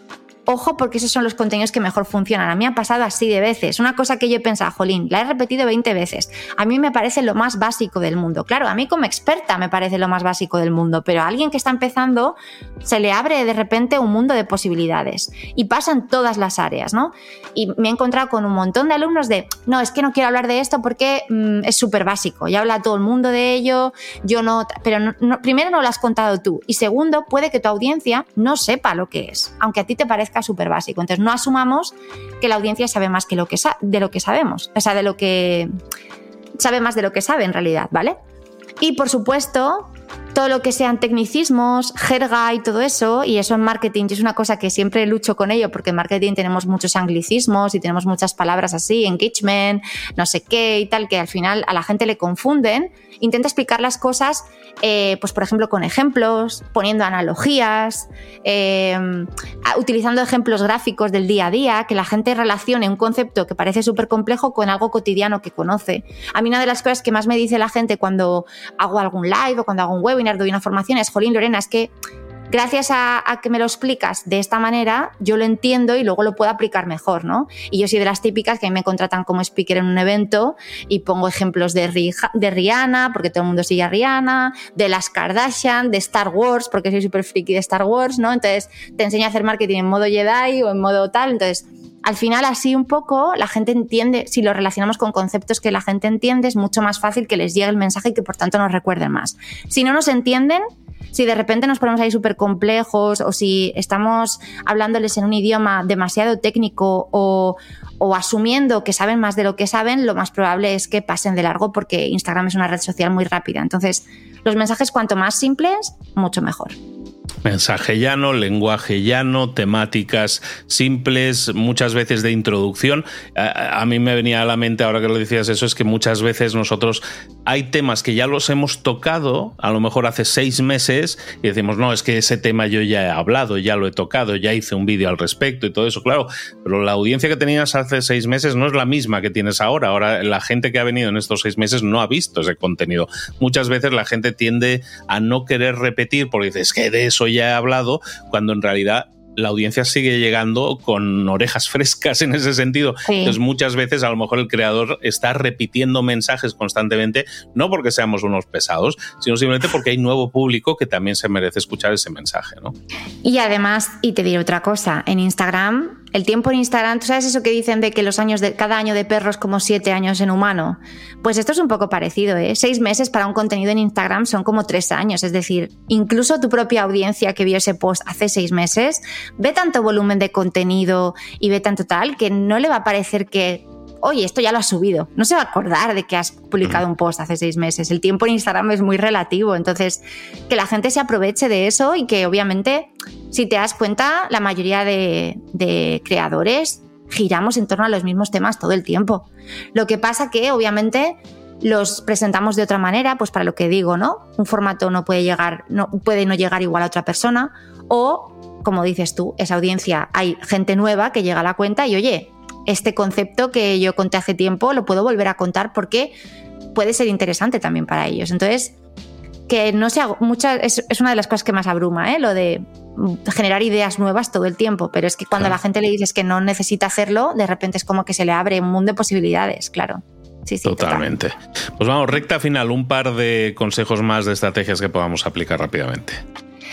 Ojo, porque esos son los contenidos que mejor funcionan. A mí me ha pasado así de veces. Una cosa que yo he pensado, jolín, la he repetido veinte veces. A mí me parece lo más básico del mundo. Claro, a mí como experta me parece lo más básico del mundo, pero a alguien que está empezando se le abre de repente un mundo de posibilidades. Y pasa en todas las áreas, ¿no? Y me he encontrado con un montón de alumnos de, no, es que no quiero hablar de esto porque mmm, es súper básico. Ya habla todo el mundo de ello, yo no... Pero no, no, primero no lo has contado tú. Y segundo, puede que tu audiencia no sepa lo que es, aunque a ti te parezca súper básico. Entonces no asumamos que la audiencia sabe más que lo que sa- de lo que sabemos, o sea, de lo que sabe más de lo que sabe en realidad, ¿vale? Y por supuesto, todo lo que sean tecnicismos, jerga y todo eso, y eso en marketing es una cosa que siempre lucho con ello, porque en marketing tenemos muchos anglicismos y tenemos muchas palabras así, engagement, no sé qué y tal, que al final a la gente le confunden. Intenta explicar las cosas, eh, pues por ejemplo con ejemplos, poniendo analogías, eh, utilizando ejemplos gráficos del día a día, que la gente relacione un concepto que parece súper complejo con algo cotidiano que conoce. A mí una de las cosas que más me dice la gente cuando hago algún live o cuando hago un webinar, doy una formación, es, jolín, Lorena, es que gracias a, a que me lo explicas de esta manera, yo lo entiendo y luego lo puedo aplicar mejor, ¿no? Y yo soy de las típicas que a mí me contratan como speaker en un evento y pongo ejemplos de, Rih- de Rihanna, porque todo el mundo sigue a Rihanna, de las Kardashian, de Star Wars, porque soy súper friki de Star Wars, ¿no? Entonces te enseño a hacer marketing en modo Jedi o en modo tal, entonces... Al final, así un poco, la gente entiende, si lo relacionamos con conceptos que la gente entiende, es mucho más fácil que les llegue el mensaje y que por tanto nos recuerden más. Si no nos entienden, si de repente nos ponemos ahí súper complejos o si estamos hablándoles en un idioma demasiado técnico o, o asumiendo que saben más de lo que saben, lo más probable es que pasen de largo porque Instagram es una red social muy rápida. Entonces, los mensajes cuanto más simples, mucho mejor. Mensaje llano, lenguaje llano, temáticas simples, muchas veces de introducción. A, a mí me venía a la mente, ahora que lo decías eso, es que muchas veces nosotros hay temas que ya los hemos tocado, a lo mejor hace seis meses, y decimos, no, es que ese tema yo ya he hablado, ya lo he tocado, ya hice un vídeo al respecto y todo eso, claro, pero la audiencia que tenías hace seis meses no es la misma que tienes ahora. Ahora la gente que ha venido en estos seis meses no ha visto ese contenido. Muchas veces la gente tiende a no querer repetir porque dices, es que de eso ya he hablado, cuando en realidad la audiencia sigue llegando con orejas frescas en ese sentido. Sí. Entonces muchas veces a lo mejor el creador está repitiendo mensajes constantemente, no porque seamos unos pesados, sino simplemente porque hay nuevo público que también se merece escuchar ese mensaje, ¿no? Y además, y te diré otra cosa, en Instagram, el tiempo en Instagram, ¿tú sabes eso que dicen de que los años de cada año de perro es como siete años en humano? Pues esto es un poco parecido, ¿eh? Seis meses para un contenido en Instagram son como tres años, es decir, incluso tu propia audiencia que vio ese post hace seis meses ve tanto volumen de contenido y ve tanto tal que no le va a parecer que, oye, esto ya lo has subido. No se va a acordar de que has publicado un post hace seis meses. El tiempo en Instagram es muy relativo, entonces que la gente se aproveche de eso y que obviamente, si te das cuenta, la mayoría de, de creadores giramos en torno a los mismos temas todo el tiempo. Lo que pasa que obviamente los presentamos de otra manera, pues para lo que digo, ¿no? Un formato no puede llegar, no, puede no llegar igual a otra persona o, como dices tú, esa audiencia, hay gente nueva que llega a la cuenta y, oye, este concepto que yo conté hace tiempo lo puedo volver a contar porque puede ser interesante también para ellos. Entonces, que no sea mucha, es, es una de las cosas que más abruma, ¿eh? Lo de generar ideas nuevas todo el tiempo, pero es que cuando claro. la gente le dices que no necesita hacerlo, de repente es como que se le abre un mundo de posibilidades, claro. Sí, sí, totalmente. Total. Pues vamos, recta final, un par de consejos más de estrategias que podamos aplicar rápidamente.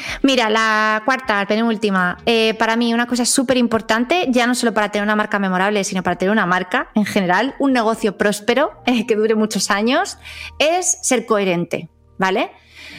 Mira, la cuarta, la penúltima, eh, para mí una cosa súper importante, ya no solo para tener una marca memorable, sino para tener una marca en general, un negocio próspero, eh, que dure muchos años, es ser coherente, ¿vale?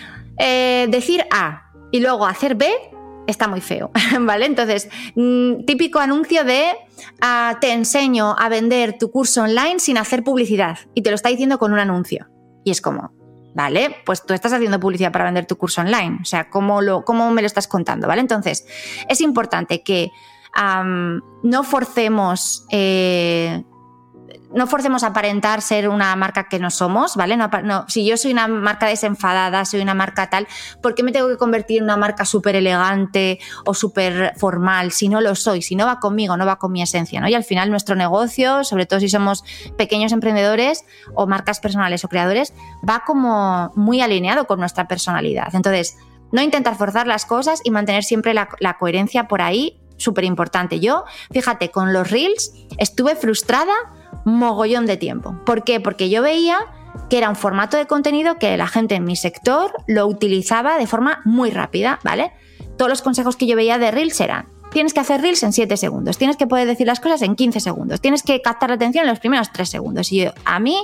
Eh, decir A y luego hacer B está muy feo, ¿vale? Entonces, mmm, típico anuncio de uh, te enseño a vender tu curso online sin hacer publicidad, y te lo está diciendo con un anuncio. Y es como, vale, pues tú estás haciendo publicidad para vender tu curso online, o sea, ¿cómo, lo, cómo me lo estás contando? ¿Vale? Entonces, es importante que um, no forcemos... Eh, No forcemos a aparentar ser una marca que no somos, ¿vale? No, no, si yo soy una marca desenfadada, soy una marca tal, ¿por qué me tengo que convertir en una marca súper elegante o súper formal si no lo soy? Si no va conmigo, no va con mi esencia, ¿no? Y al final nuestro negocio, sobre todo si somos pequeños emprendedores o marcas personales o creadores, va como muy alineado con nuestra personalidad. Entonces, no intentar forzar las cosas y mantener siempre la, la coherencia por ahí, súper importante. Yo, fíjate, con los Reels estuve frustrada mogollón de tiempo. ¿Por qué? Porque yo veía que era un formato de contenido que la gente en mi sector lo utilizaba de forma muy rápida, ¿vale? Todos los consejos que yo veía de Reels eran: tienes que hacer Reels en siete segundos, tienes que poder decir las cosas en quince segundos, tienes que captar la atención en los primeros tres segundos. Y yo, a mí...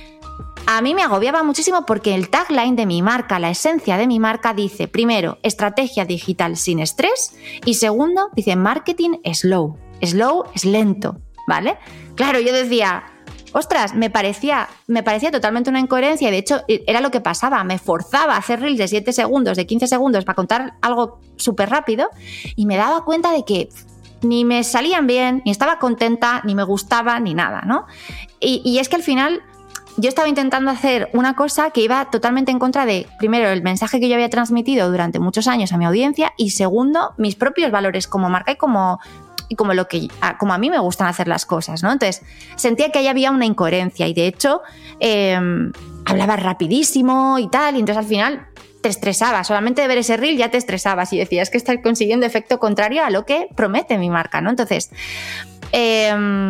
A mí me agobiaba muchísimo porque el tagline de mi marca, la esencia de mi marca, dice, primero, estrategia digital sin estrés, y segundo, dice marketing slow. Slow es lento, ¿vale? Claro, yo decía, ostras, me parecía, me parecía totalmente una incoherencia, y de hecho era lo que pasaba, me forzaba a hacer reels de siete segundos, de quince segundos para contar algo súper rápido, y me daba cuenta de que ni me salían bien, ni estaba contenta, ni me gustaba, ni nada, ¿no? Y, y es que al final... yo estaba intentando hacer una cosa que iba totalmente en contra de, primero, el mensaje que yo había transmitido durante muchos años a mi audiencia, y segundo, mis propios valores como marca y como, y como, lo que, como a mí me gustan hacer las cosas, ¿no? Entonces, sentía que ahí había una incoherencia y, de hecho, eh, hablaba rapidísimo y tal, y entonces al final te estresaba. Solamente de ver ese reel ya te estresabas y decías que estás consiguiendo efecto contrario a lo que promete mi marca, ¿no? Entonces, eh,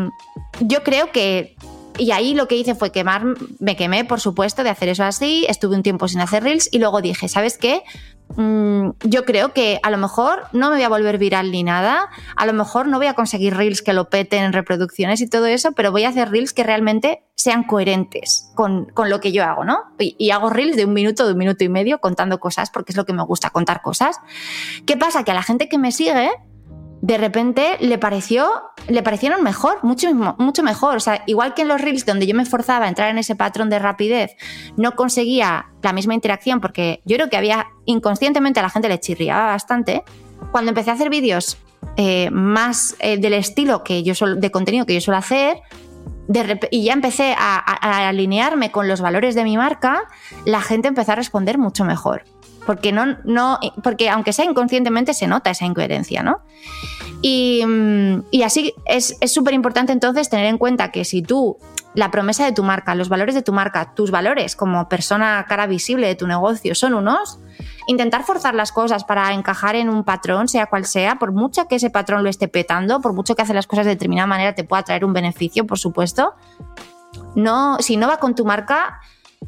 yo creo que... Y ahí lo que hice fue quemar, me quemé, por supuesto, de hacer eso así, estuve un tiempo sin hacer reels y luego dije, ¿sabes qué? Mm, yo creo que a lo mejor no me voy a volver viral ni nada, a lo mejor no voy a conseguir reels que lo peten en reproducciones y todo eso, pero voy a hacer reels que realmente sean coherentes con, con lo que yo hago, ¿no? Y, y hago reels de un minuto, de un minuto y medio contando cosas, porque es lo que me gusta, contar cosas. ¿Qué pasa? Que a la gente que me sigue... de repente le pareció, le parecieron mejor, mucho, mucho mejor. O sea, igual que en los reels donde yo me forzaba a entrar en ese patrón de rapidez, no conseguía la misma interacción porque yo creo que había inconscientemente a la gente le chirriaba bastante. Cuando empecé a hacer vídeos eh, más eh, del estilo que yo suelo, de contenido que yo suelo hacer, de rep- y ya empecé a, a, a alinearme con los valores de mi marca, la gente empezó a responder mucho mejor. Porque, no, no, porque aunque sea inconscientemente se nota esa incoherencia, ¿no? Y, y así es súper importante entonces tener en cuenta que si tú, la promesa de tu marca, los valores de tu marca, tus valores como persona cara visible de tu negocio son unos, intentar forzar las cosas para encajar en un patrón, sea cual sea, por mucho que ese patrón lo esté petando, por mucho que hacer las cosas de determinada manera te pueda traer un beneficio, por supuesto, no, si no va con tu marca,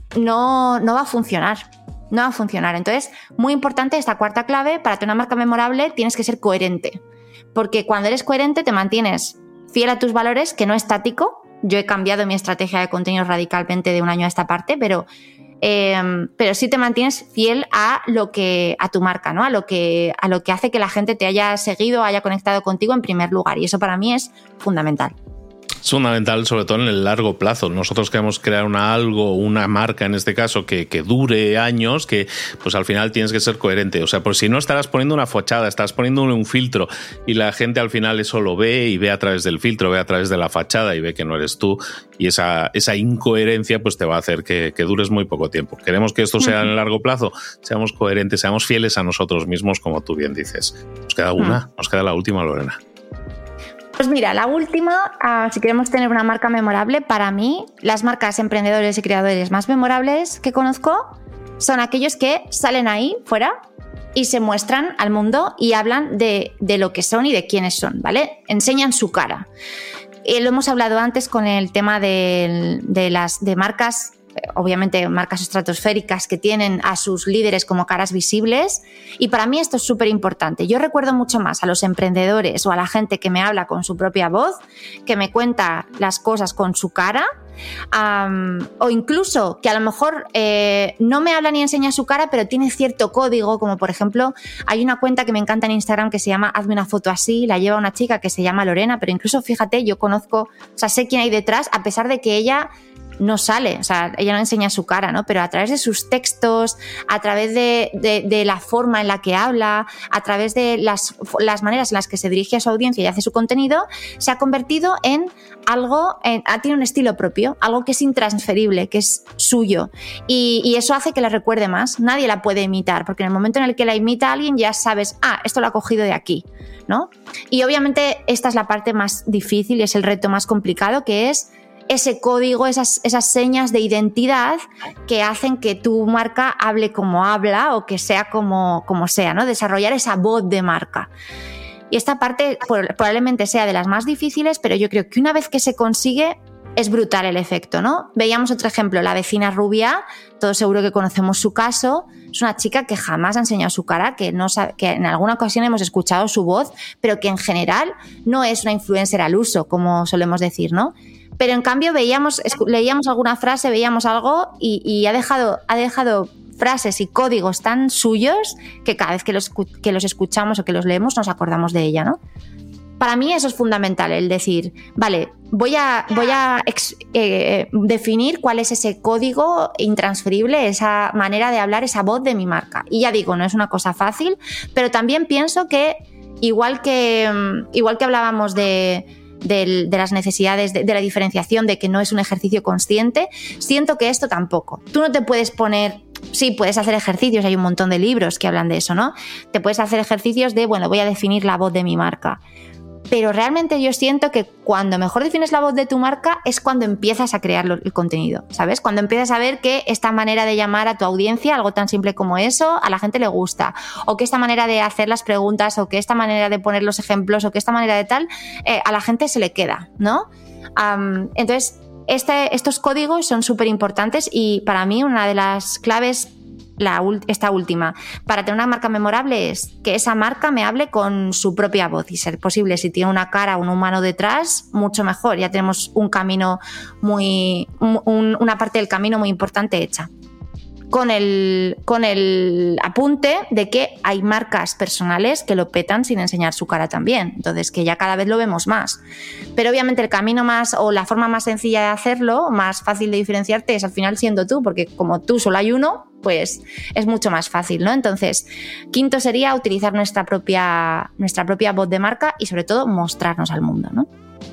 no, no va a funcionar. No va a funcionar. Entonces, muy importante esta cuarta clave, para tener una marca memorable tienes que ser coherente, porque cuando eres coherente te mantienes fiel a tus valores, que no estático. Yo he cambiado mi estrategia de contenido radicalmente de un año a esta parte, pero, eh, pero sí te mantienes fiel a lo que, a tu marca, ¿no? A lo que, a lo que hace que la gente te haya seguido, haya conectado contigo en primer lugar, y eso para mí es fundamental. Es fundamental, sobre todo en el largo plazo. Nosotros queremos crear una algo, una marca en este caso, que, que dure años, que pues al final tienes que ser coherente. O sea, por si no estarás poniendo una fachada, estás poniendo un filtro y la gente al final eso lo ve y ve a través del filtro, ve a través de la fachada y ve que no eres tú, y esa, esa incoherencia pues te va a hacer que, que dures muy poco tiempo. Queremos que esto sea en el largo plazo, seamos coherentes, seamos fieles a nosotros mismos, como tú bien dices. Nos queda una, nos queda la última, Lorena. Pues mira, la última, uh, si queremos tener una marca memorable, para mí, las marcas emprendedores y creadores más memorables que conozco son aquellos que salen ahí fuera y se muestran al mundo y hablan de, de lo que son y de quiénes son, ¿vale? Enseñan su cara. Eh, lo hemos hablado antes con el tema de, de las de marcas obviamente marcas estratosféricas que tienen a sus líderes como caras visibles, y para mí esto es súper importante. Yo recuerdo mucho más a los emprendedores o a la gente que me habla con su propia voz, que me cuenta las cosas con su cara, um, o incluso que a lo mejor eh, no me habla ni enseña su cara, pero tiene cierto código, como por ejemplo hay una cuenta que me encanta en Instagram que se llama Hazme una foto así, la lleva una chica que se llama Lorena, pero incluso fíjate, yo conozco, o sea, sé quién hay detrás, a pesar de que ella no sale, o sea, ella no enseña su cara, ¿no? Pero a través de sus textos, a través de, de, de la forma en la que habla, a través de las, las maneras en las que se dirige a su audiencia y hace su contenido, se ha convertido en algo, en, tiene un estilo propio, algo que es intransferible, que es suyo. Y, y eso hace que la recuerde más. Nadie la puede imitar, porque en el momento en el que la imita a alguien ya sabes, ah, esto lo ha cogido de aquí, ¿no? Y obviamente esta es la parte más difícil y es el reto más complicado, que es ese código, esas, esas señas de identidad que hacen que tu marca hable como habla o que sea como, como sea, ¿no? Desarrollar esa voz de marca. Y esta parte probablemente sea de las más difíciles, pero yo creo que una vez que se consigue es brutal el efecto, ¿no? Veíamos otro ejemplo, la vecina rubia, todos seguro que conocemos su caso, es una chica que jamás ha enseñado su cara, que, no sabe, que en alguna ocasión hemos escuchado su voz, pero que en general no es una influencer al uso, como solemos decir, ¿no? Pero en cambio veíamos, leíamos alguna frase, veíamos algo y, y ha dejado, ha dejado frases y códigos tan suyos que cada vez que los, que los escuchamos o que los leemos nos acordamos de ella, ¿no? Para mí eso es fundamental, el decir, vale, voy a, voy a ex, eh, definir cuál es ese código intransferible, esa manera de hablar, esa voz de mi marca. Y ya digo, no es una cosa fácil, pero también pienso que igual que, igual que hablábamos de... De, de las necesidades, de, de la diferenciación, de que no es un ejercicio consciente, siento que esto tampoco. Tú no te puedes poner, sí, puedes hacer ejercicios, hay un montón de libros que hablan de eso, ¿no? Te puedes hacer ejercicios de, bueno, voy a definir la voz de mi marca. Pero realmente yo siento que cuando mejor defines la voz de tu marca es cuando empiezas a crear el contenido, ¿sabes? Cuando empiezas a ver que esta manera de llamar a tu audiencia, algo tan simple como eso, a la gente le gusta, o que esta manera de hacer las preguntas, o que esta manera de poner los ejemplos, o que esta manera de tal, eh, a la gente se le queda, ¿no? Um, entonces, este, estos códigos son súper importantes y para mí una de las claves, La, esta última, para tener una marca memorable es que esa marca me hable con su propia voz y ser posible, si tiene una cara o un humano detrás, mucho mejor, ya tenemos un camino muy, un, una parte del camino muy importante hecha. Con el, con el apunte de que hay marcas personales que lo petan sin enseñar su cara también, entonces que ya cada vez lo vemos más. Pero obviamente el camino más o la forma más sencilla de hacerlo, más fácil de diferenciarte es al final siendo tú, porque como tú solo hay uno, pues es mucho más fácil, ¿no? Entonces, quinto sería utilizar nuestra propia, nuestra propia voz de marca y sobre todo mostrarnos al mundo, ¿no?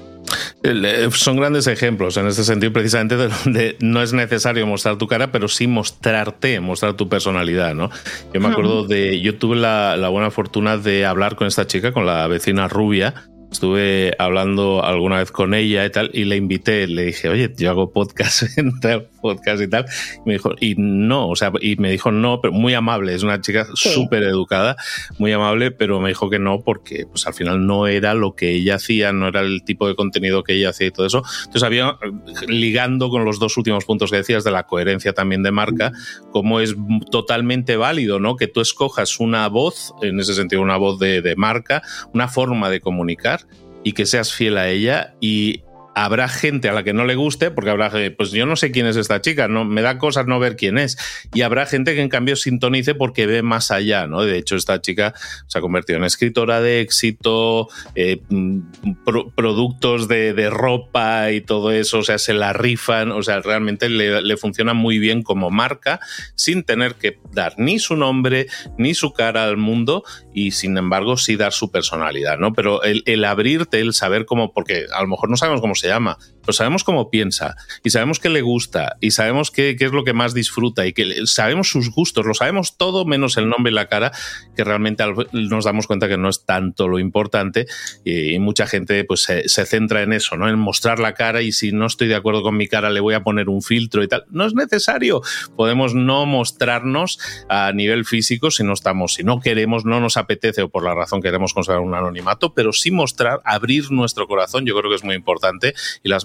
Son grandes ejemplos en este sentido, precisamente, de donde no es necesario mostrar tu cara, pero sí mostrarte, mostrar tu personalidad, ¿no? Yo me acuerdo de... Yo tuve la, la buena fortuna de hablar con esta chica, con la vecina rubia. Estuve hablando alguna vez con ella y tal, y le invité, le dije, oye, yo hago podcast, podcast y tal. Y me dijo, y no, o sea, y me dijo no, pero muy amable, es una chica súper sí. educada, muy amable, pero me dijo que no porque pues al final no era lo que ella hacía, no era el tipo de contenido que ella hacía y todo eso. Entonces había, ligando con los dos últimos puntos que decías de la coherencia también de marca, como es totalmente válido, ¿no? Que tú escojas una voz, en ese sentido una voz de, de marca, una forma de comunicar, y que seas fiel a ella, y habrá gente a la que no le guste, porque habrá, pues yo no sé quién es esta chica, no, me da cosas no ver quién es, y habrá gente que en cambio sintonice porque ve más allá, ¿no? De hecho, esta chica se ha convertido en escritora de éxito, eh, pro, productos de, de ropa y todo eso, o sea, se la rifan, o sea, realmente le, le funciona muy bien como marca, sin tener que dar ni su nombre, ni su cara al mundo, y sin embargo sí dar su personalidad, ¿no? Pero el, el abrirte, el saber cómo, porque a lo mejor no sabemos cómo se llama, pero sabemos cómo piensa y sabemos qué le gusta y sabemos qué, qué es lo que más disfruta y que sabemos sus gustos, lo sabemos todo menos el nombre y la cara, que realmente nos damos cuenta que no es tanto lo importante, y mucha gente pues se, se centra en eso, ¿no? En mostrar la cara, y si no estoy de acuerdo con mi cara le voy a poner un filtro y tal. No es necesario, podemos no mostrarnos a nivel físico si no estamos, si no queremos, no nos apetece o por la razón queremos conservar un anonimato, pero sí mostrar, abrir nuestro corazón, yo creo que es muy importante, y las marcas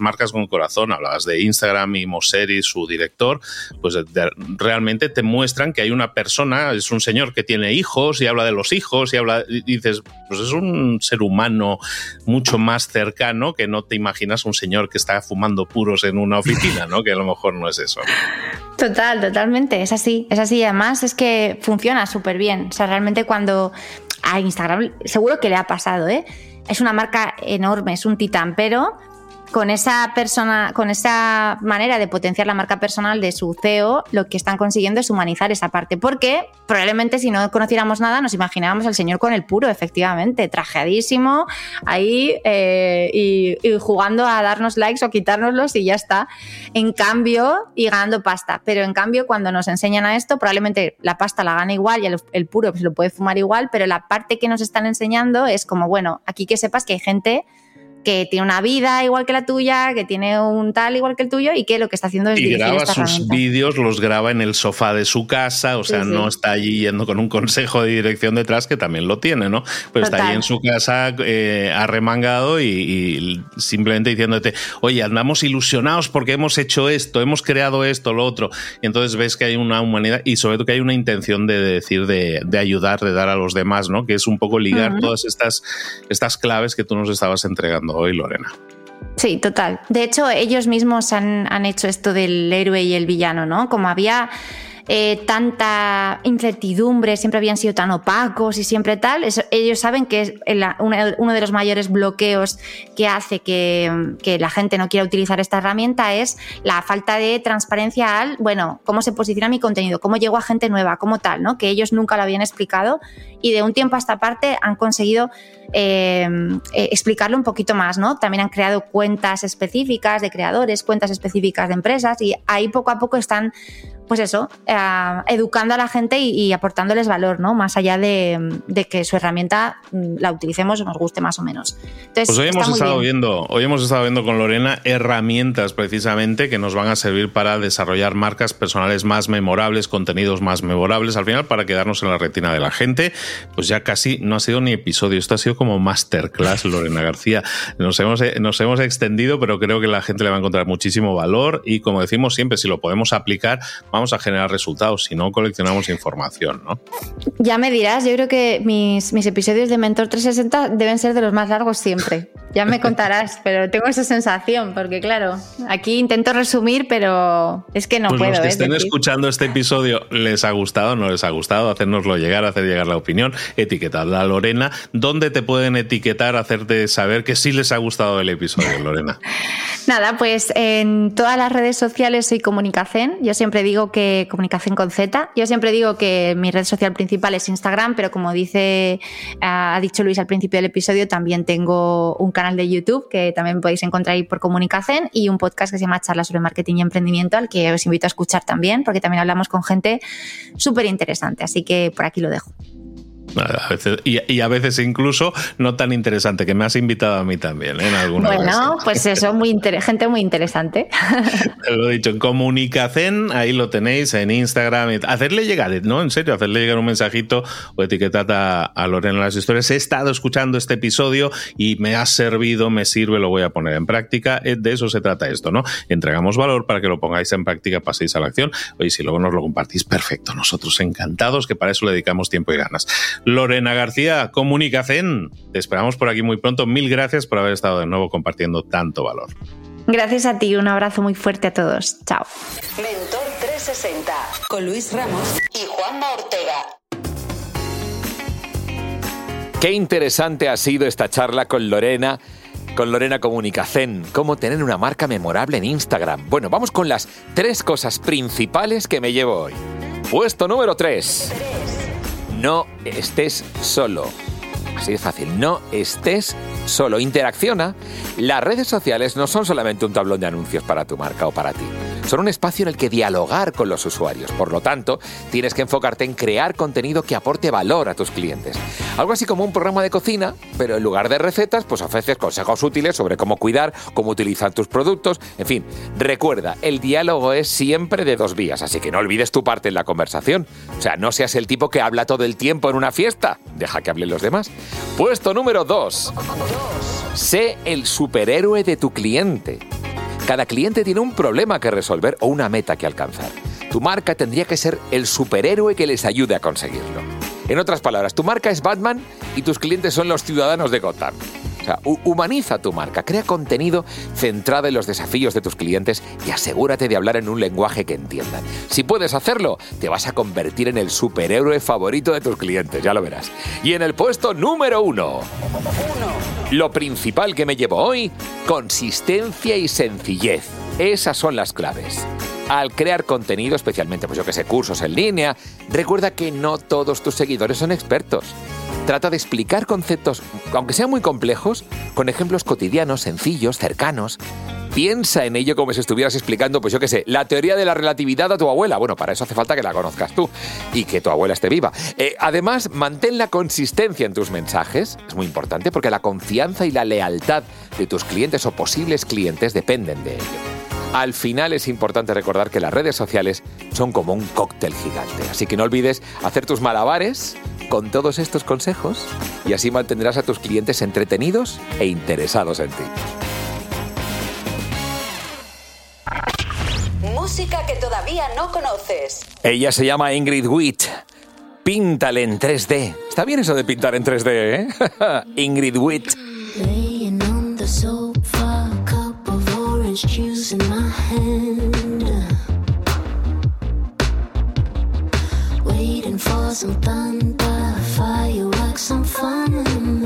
marcas con corazón, hablabas de Instagram y Mosseri, su director, pues de, realmente te muestran que hay una persona, es un señor que tiene hijos y habla de los hijos y habla, y dices, pues es un ser humano mucho más cercano que no te imaginas un señor que está fumando puros en una oficina, ¿no? Que a lo mejor no es eso. Total, totalmente, es así, es así. Además es que funciona súper bien. O sea, realmente cuando a Instagram, seguro que le ha pasado, ¿eh? Es una marca enorme, es un titán, pero con esa persona, con esa manera de potenciar la marca personal de su C E O, lo que están consiguiendo es humanizar esa parte, porque probablemente si no conociéramos nada nos imaginábamos al señor con el puro, efectivamente, trajeadísimo ahí eh, y, y jugando a darnos likes o a quitárnoslos y ya está. En cambio, y ganando pasta, pero en cambio cuando nos enseñan a esto, probablemente la pasta la gana igual y el, el puro pues, lo puede fumar igual, pero la parte que nos están enseñando es como, bueno, aquí que sepas que hay gente que tiene una vida igual que la tuya, que tiene un tal igual que el tuyo y que lo que está haciendo es y dirigir graba esta sus herramienta. vídeos, los graba en el sofá de su casa, o sea, sí, sí. no está allí yendo con un consejo de dirección detrás, que también lo tiene, ¿no? Pero Total. Está allí en su casa eh, arremangado y, y simplemente diciéndote, oye, andamos ilusionados porque hemos hecho esto, hemos creado esto, lo otro. Y entonces ves que hay una humanidad y sobre todo que hay una intención de decir, de, de ayudar, de dar a los demás, ¿no? Que es un poco ligar uh-huh. todas estas, estas claves que tú nos estabas entregando hoy, Lorena. Sí, total. De hecho, ellos mismos han, han hecho esto del héroe y el villano, ¿no? Como había eh, tanta incertidumbre, siempre habían sido tan opacos y siempre tal, eso, ellos saben que es el, uno de los mayores bloqueos que hace que, que la gente no quiera utilizar esta herramienta es la falta de transparencia al, bueno, cómo se posiciona mi contenido, cómo llego a gente nueva, cómo tal, ¿no? Que ellos nunca lo habían explicado y de un tiempo a esta parte han conseguido Eh, eh, explicarlo un poquito más, ¿no? También han creado cuentas específicas de creadores, cuentas específicas de empresas y ahí poco a poco están, pues eso, eh, educando a la gente y, y aportándoles valor, ¿no? Más allá de, de que su herramienta la utilicemos o nos guste más o menos. Entonces, pues hoy hemos estado bien. viendo, hoy hemos estado viendo con Lorena herramientas precisamente que nos van a servir para desarrollar marcas personales más memorables, contenidos más memorables, al final para quedarnos en la retina de la gente. Pues ya casi no ha sido ni episodio, esto ha sido como masterclass, Lorena García. Nos hemos, nos hemos extendido, pero creo que la gente le va a encontrar muchísimo valor y, como decimos siempre, si lo podemos aplicar, vamos a generar resultados, si no coleccionamos información, ¿no? Ya me dirás, yo creo que mis, mis episodios de Mentor trescientos sesenta deben ser de los más largos siempre. Ya me contarás, pero tengo esa sensación, porque claro, aquí intento resumir, pero es que no pues puedo. Los que ¿eh? estén decir. escuchando este episodio, ¿les ha gustado? ¿No les ha gustado? Hacérnoslo llegar, hacer llegar la opinión, etiquetadla a Lorena. ¿Dónde te pueden etiquetar, hacerte saber que sí les ha gustado el episodio, Lorena? Nada, pues en todas las redes sociales soy Comunicacen. Yo siempre digo que Comunicacen con Z. Yo siempre digo que mi red social principal es Instagram, pero como dice, ha dicho Luis al principio del episodio, también tengo un canal de YouTube que también podéis encontrar ahí por Comunicacen y un podcast que se llama Charlas sobre Marketing y Emprendimiento, al que os invito a escuchar también, porque también hablamos con gente súper interesante. Así que por aquí lo dejo. A veces, y, y a veces incluso no tan interesante, que me has invitado a mí también, ¿eh? En alguna Bueno, ocasión. Pues eso, muy inter- gente muy interesante. Lo he dicho, en Comunicacen, ahí lo tenéis en Instagram. Hacerle llegar, ¿no? En serio, hacerle llegar un mensajito o etiquetad a, a Lorena en las historias. He estado escuchando este episodio y me ha servido, me sirve, lo voy a poner en práctica. De eso se trata esto, ¿no? Entregamos valor para que lo pongáis en práctica, paséis a la acción. Oye, si luego nos lo compartís, perfecto. Nosotros encantados, que para eso le dedicamos tiempo y ganas. Lorena García, Comunicacen. Te esperamos por aquí muy pronto. Mil gracias por haber estado de nuevo compartiendo tanto valor. Gracias a ti. Un abrazo muy fuerte a todos. Chao. Mentor trescientos sesenta con Luis Ramos y Juanma Ortega. Qué interesante ha sido esta charla con Lorena. Con Lorena Comunicacen, cómo tener una marca memorable en Instagram. Bueno, vamos con las tres cosas principales que me llevo hoy. Puesto número tres. No estés solo. Así de fácil, no estés solo. Interacciona. Las redes sociales no son solamente un tablón de anuncios para tu marca o para ti. Son un espacio en el que dialogar con los usuarios. Por lo tanto, tienes que enfocarte en crear contenido que aporte valor a tus clientes. Algo así como un programa de cocina, pero en lugar de recetas, pues ofreces consejos útiles sobre cómo cuidar, cómo utilizar tus productos. En fin, recuerda, el diálogo es siempre de dos vías, así que no olvides tu parte en la conversación. O sea, no seas el tipo que habla todo el tiempo en una fiesta. Deja que hablen los demás. Puesto número dos. Sé el superhéroe de tu cliente. Cada cliente tiene un problema que resolver o una meta que alcanzar. Tu marca tendría que ser el superhéroe que les ayude a conseguirlo. En otras palabras, tu marca es Batman y tus clientes son los ciudadanos de Gotham. O sea, humaniza tu marca, crea contenido centrado en los desafíos de tus clientes y asegúrate de hablar en un lenguaje que entiendan. Si puedes hacerlo, te vas a convertir en el superhéroe favorito de tus clientes, ya lo verás. Y en el puesto número uno, uno. Lo principal que me llevo hoy, consistencia y sencillez. Esas son las claves. Al crear contenido, especialmente, pues yo que sé, cursos en línea, recuerda que no todos tus seguidores son expertos. Trata de explicar conceptos, aunque sean muy complejos, con ejemplos cotidianos, sencillos, cercanos. Piensa en ello como si estuvieras explicando, pues yo qué sé, la teoría de la relatividad a tu abuela. Bueno, para eso hace falta que la conozcas tú y que tu abuela esté viva. Eh, además, mantén la consistencia en tus mensajes. Es muy importante porque la confianza y la lealtad de tus clientes o posibles clientes dependen de ello. Al final es importante recordar que las redes sociales son como un cóctel gigante. Así que no olvides hacer tus malabares con todos estos consejos y así mantendrás a tus clientes entretenidos e interesados en ti. Música que todavía no conoces. Ella se llama Ingrid Witt. Píntale en tres D. Está bien eso de pintar en tres D, ¿eh? Ingrid Witt. Juice in my hand, waiting for some thunder, fireworks, some fun.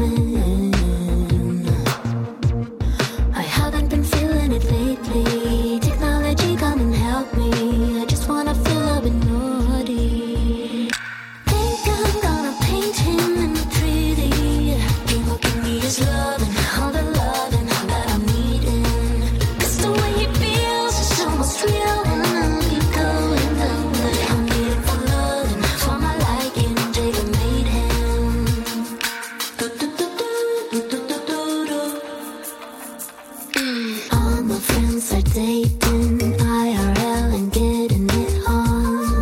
I haven't been feeling it lately. Technology come and help me. I just wanna feel a bit naughty. Think I'm gonna paint him in pretty. He will give me his love and all the loving that I'm needing. The way he feels is almost real, and I'll keep going down. I'm needing for love and for my liking. Taylor made him. Do, do, do, do, do, do, do, do. All my friends are dating I R L and getting it on.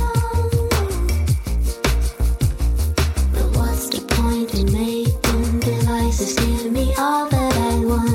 But what's the point in making devices give me all that I want?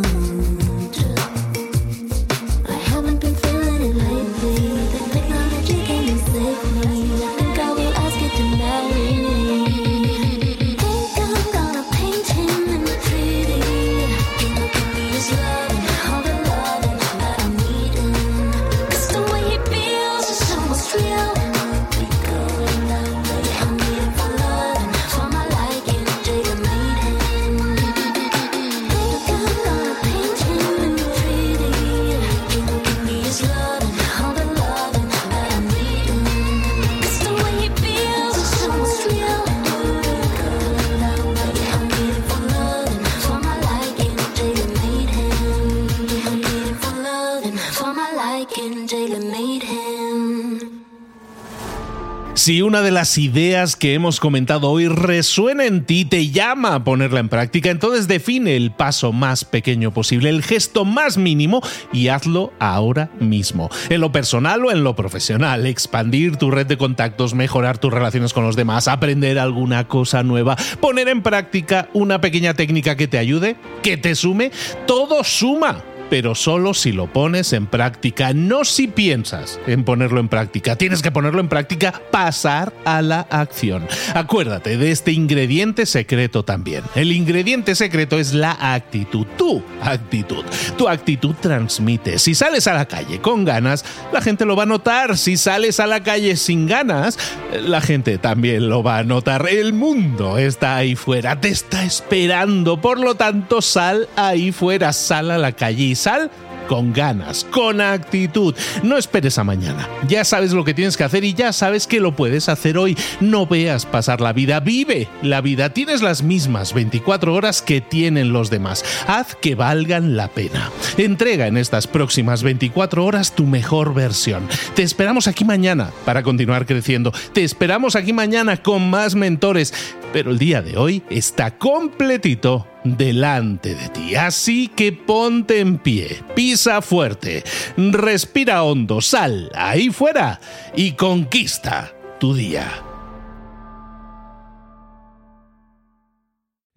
Si una de las ideas que hemos comentado hoy resuena en ti, te llama a ponerla en práctica, entonces define el paso más pequeño posible, el gesto más mínimo y hazlo ahora mismo. En lo personal o en lo profesional, expandir tu red de contactos, mejorar tus relaciones con los demás, aprender alguna cosa nueva, poner en práctica una pequeña técnica que te ayude, que te sume, todo suma. Pero solo si lo pones en práctica, no si piensas en ponerlo en práctica. Tienes que ponerlo en práctica, pasar a la acción. Acuérdate de este ingrediente secreto también. El ingrediente secreto es la actitud, tu actitud. Tu actitud transmite. Si sales a la calle con ganas, la gente lo va a notar. Si sales a la calle sin ganas, la gente también lo va a notar. El mundo está ahí fuera, te está esperando. Por lo tanto, sal ahí fuera, sal a la calle y sal con ganas, con actitud. No esperes a mañana. Ya sabes lo que tienes que hacer y ya sabes que lo puedes hacer hoy. No veas pasar la vida, vive la vida. Tienes las mismas veinticuatro horas que tienen los demás. Haz que valgan la pena. Entrega en estas próximas veinticuatro horas tu mejor versión. Te esperamos aquí mañana para continuar creciendo. Te esperamos aquí mañana con más mentores. Pero el día de hoy está completito delante de ti. Así que ponte en pie, pisa fuerte, respira hondo, sal ahí fuera y conquista tu día.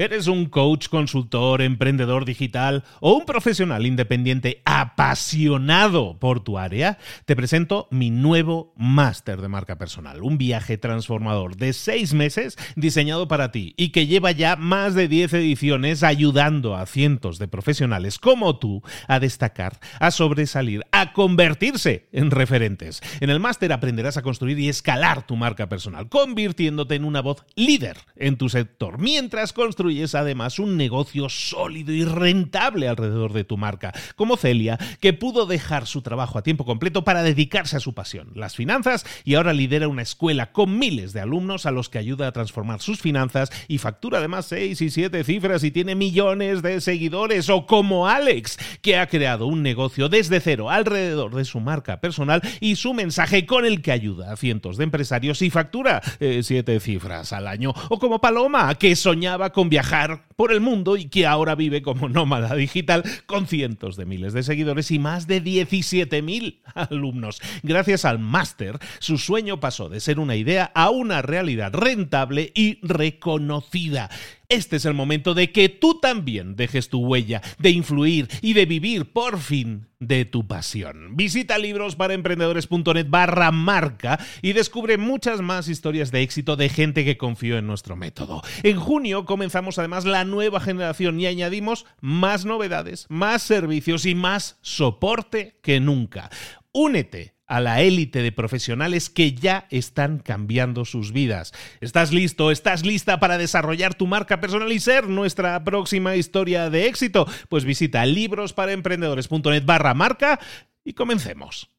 ¿Eres un coach, consultor, emprendedor digital o un profesional independiente apasionado por tu área? Te presento mi nuevo máster de marca personal, un viaje transformador de seis meses diseñado para ti y que lleva ya más de diez ediciones ayudando a cientos de profesionales como tú a destacar, a sobresalir, a convertirse en referentes. En el máster aprenderás a construir y escalar tu marca personal, convirtiéndote en una voz líder en tu sector, mientras construyes además un negocio sólido y rentable alrededor de tu marca, como Celia, que pudo dejar su trabajo a tiempo completo para dedicarse a su pasión, las finanzas, y ahora lidera una escuela con miles de alumnos a los que ayuda a transformar sus finanzas y factura además seis y siete cifras y tiene millones de seguidores. O como Alex, que ha creado un negocio desde cero alrededor de su marca personal y su mensaje, con el que ayuda a cientos de empresarios y factura eh, siete cifras al año. O como Paloma, que soñaba con viajar por el mundo y que ahora vive como nómada digital con cientos de miles de seguidores y más de diecisiete mil alumnos. Gracias al máster, su sueño pasó de ser una idea a una realidad rentable y reconocida. Este es el momento de que tú también dejes tu huella, de influir y de vivir por fin de tu pasión. Visita librosparaemprendedores.net barra marca y descubre muchas más historias de éxito de gente que confió en nuestro método. En junio comenzamos además la nueva generación y añadimos más novedades, más servicios y más soporte que nunca. Únete a la élite de profesionales que ya están cambiando sus vidas. ¿Estás listo? ¿Estás lista para desarrollar tu marca personal y ser nuestra próxima historia de éxito? Pues visita librosparaemprendedores.net barra marca y comencemos.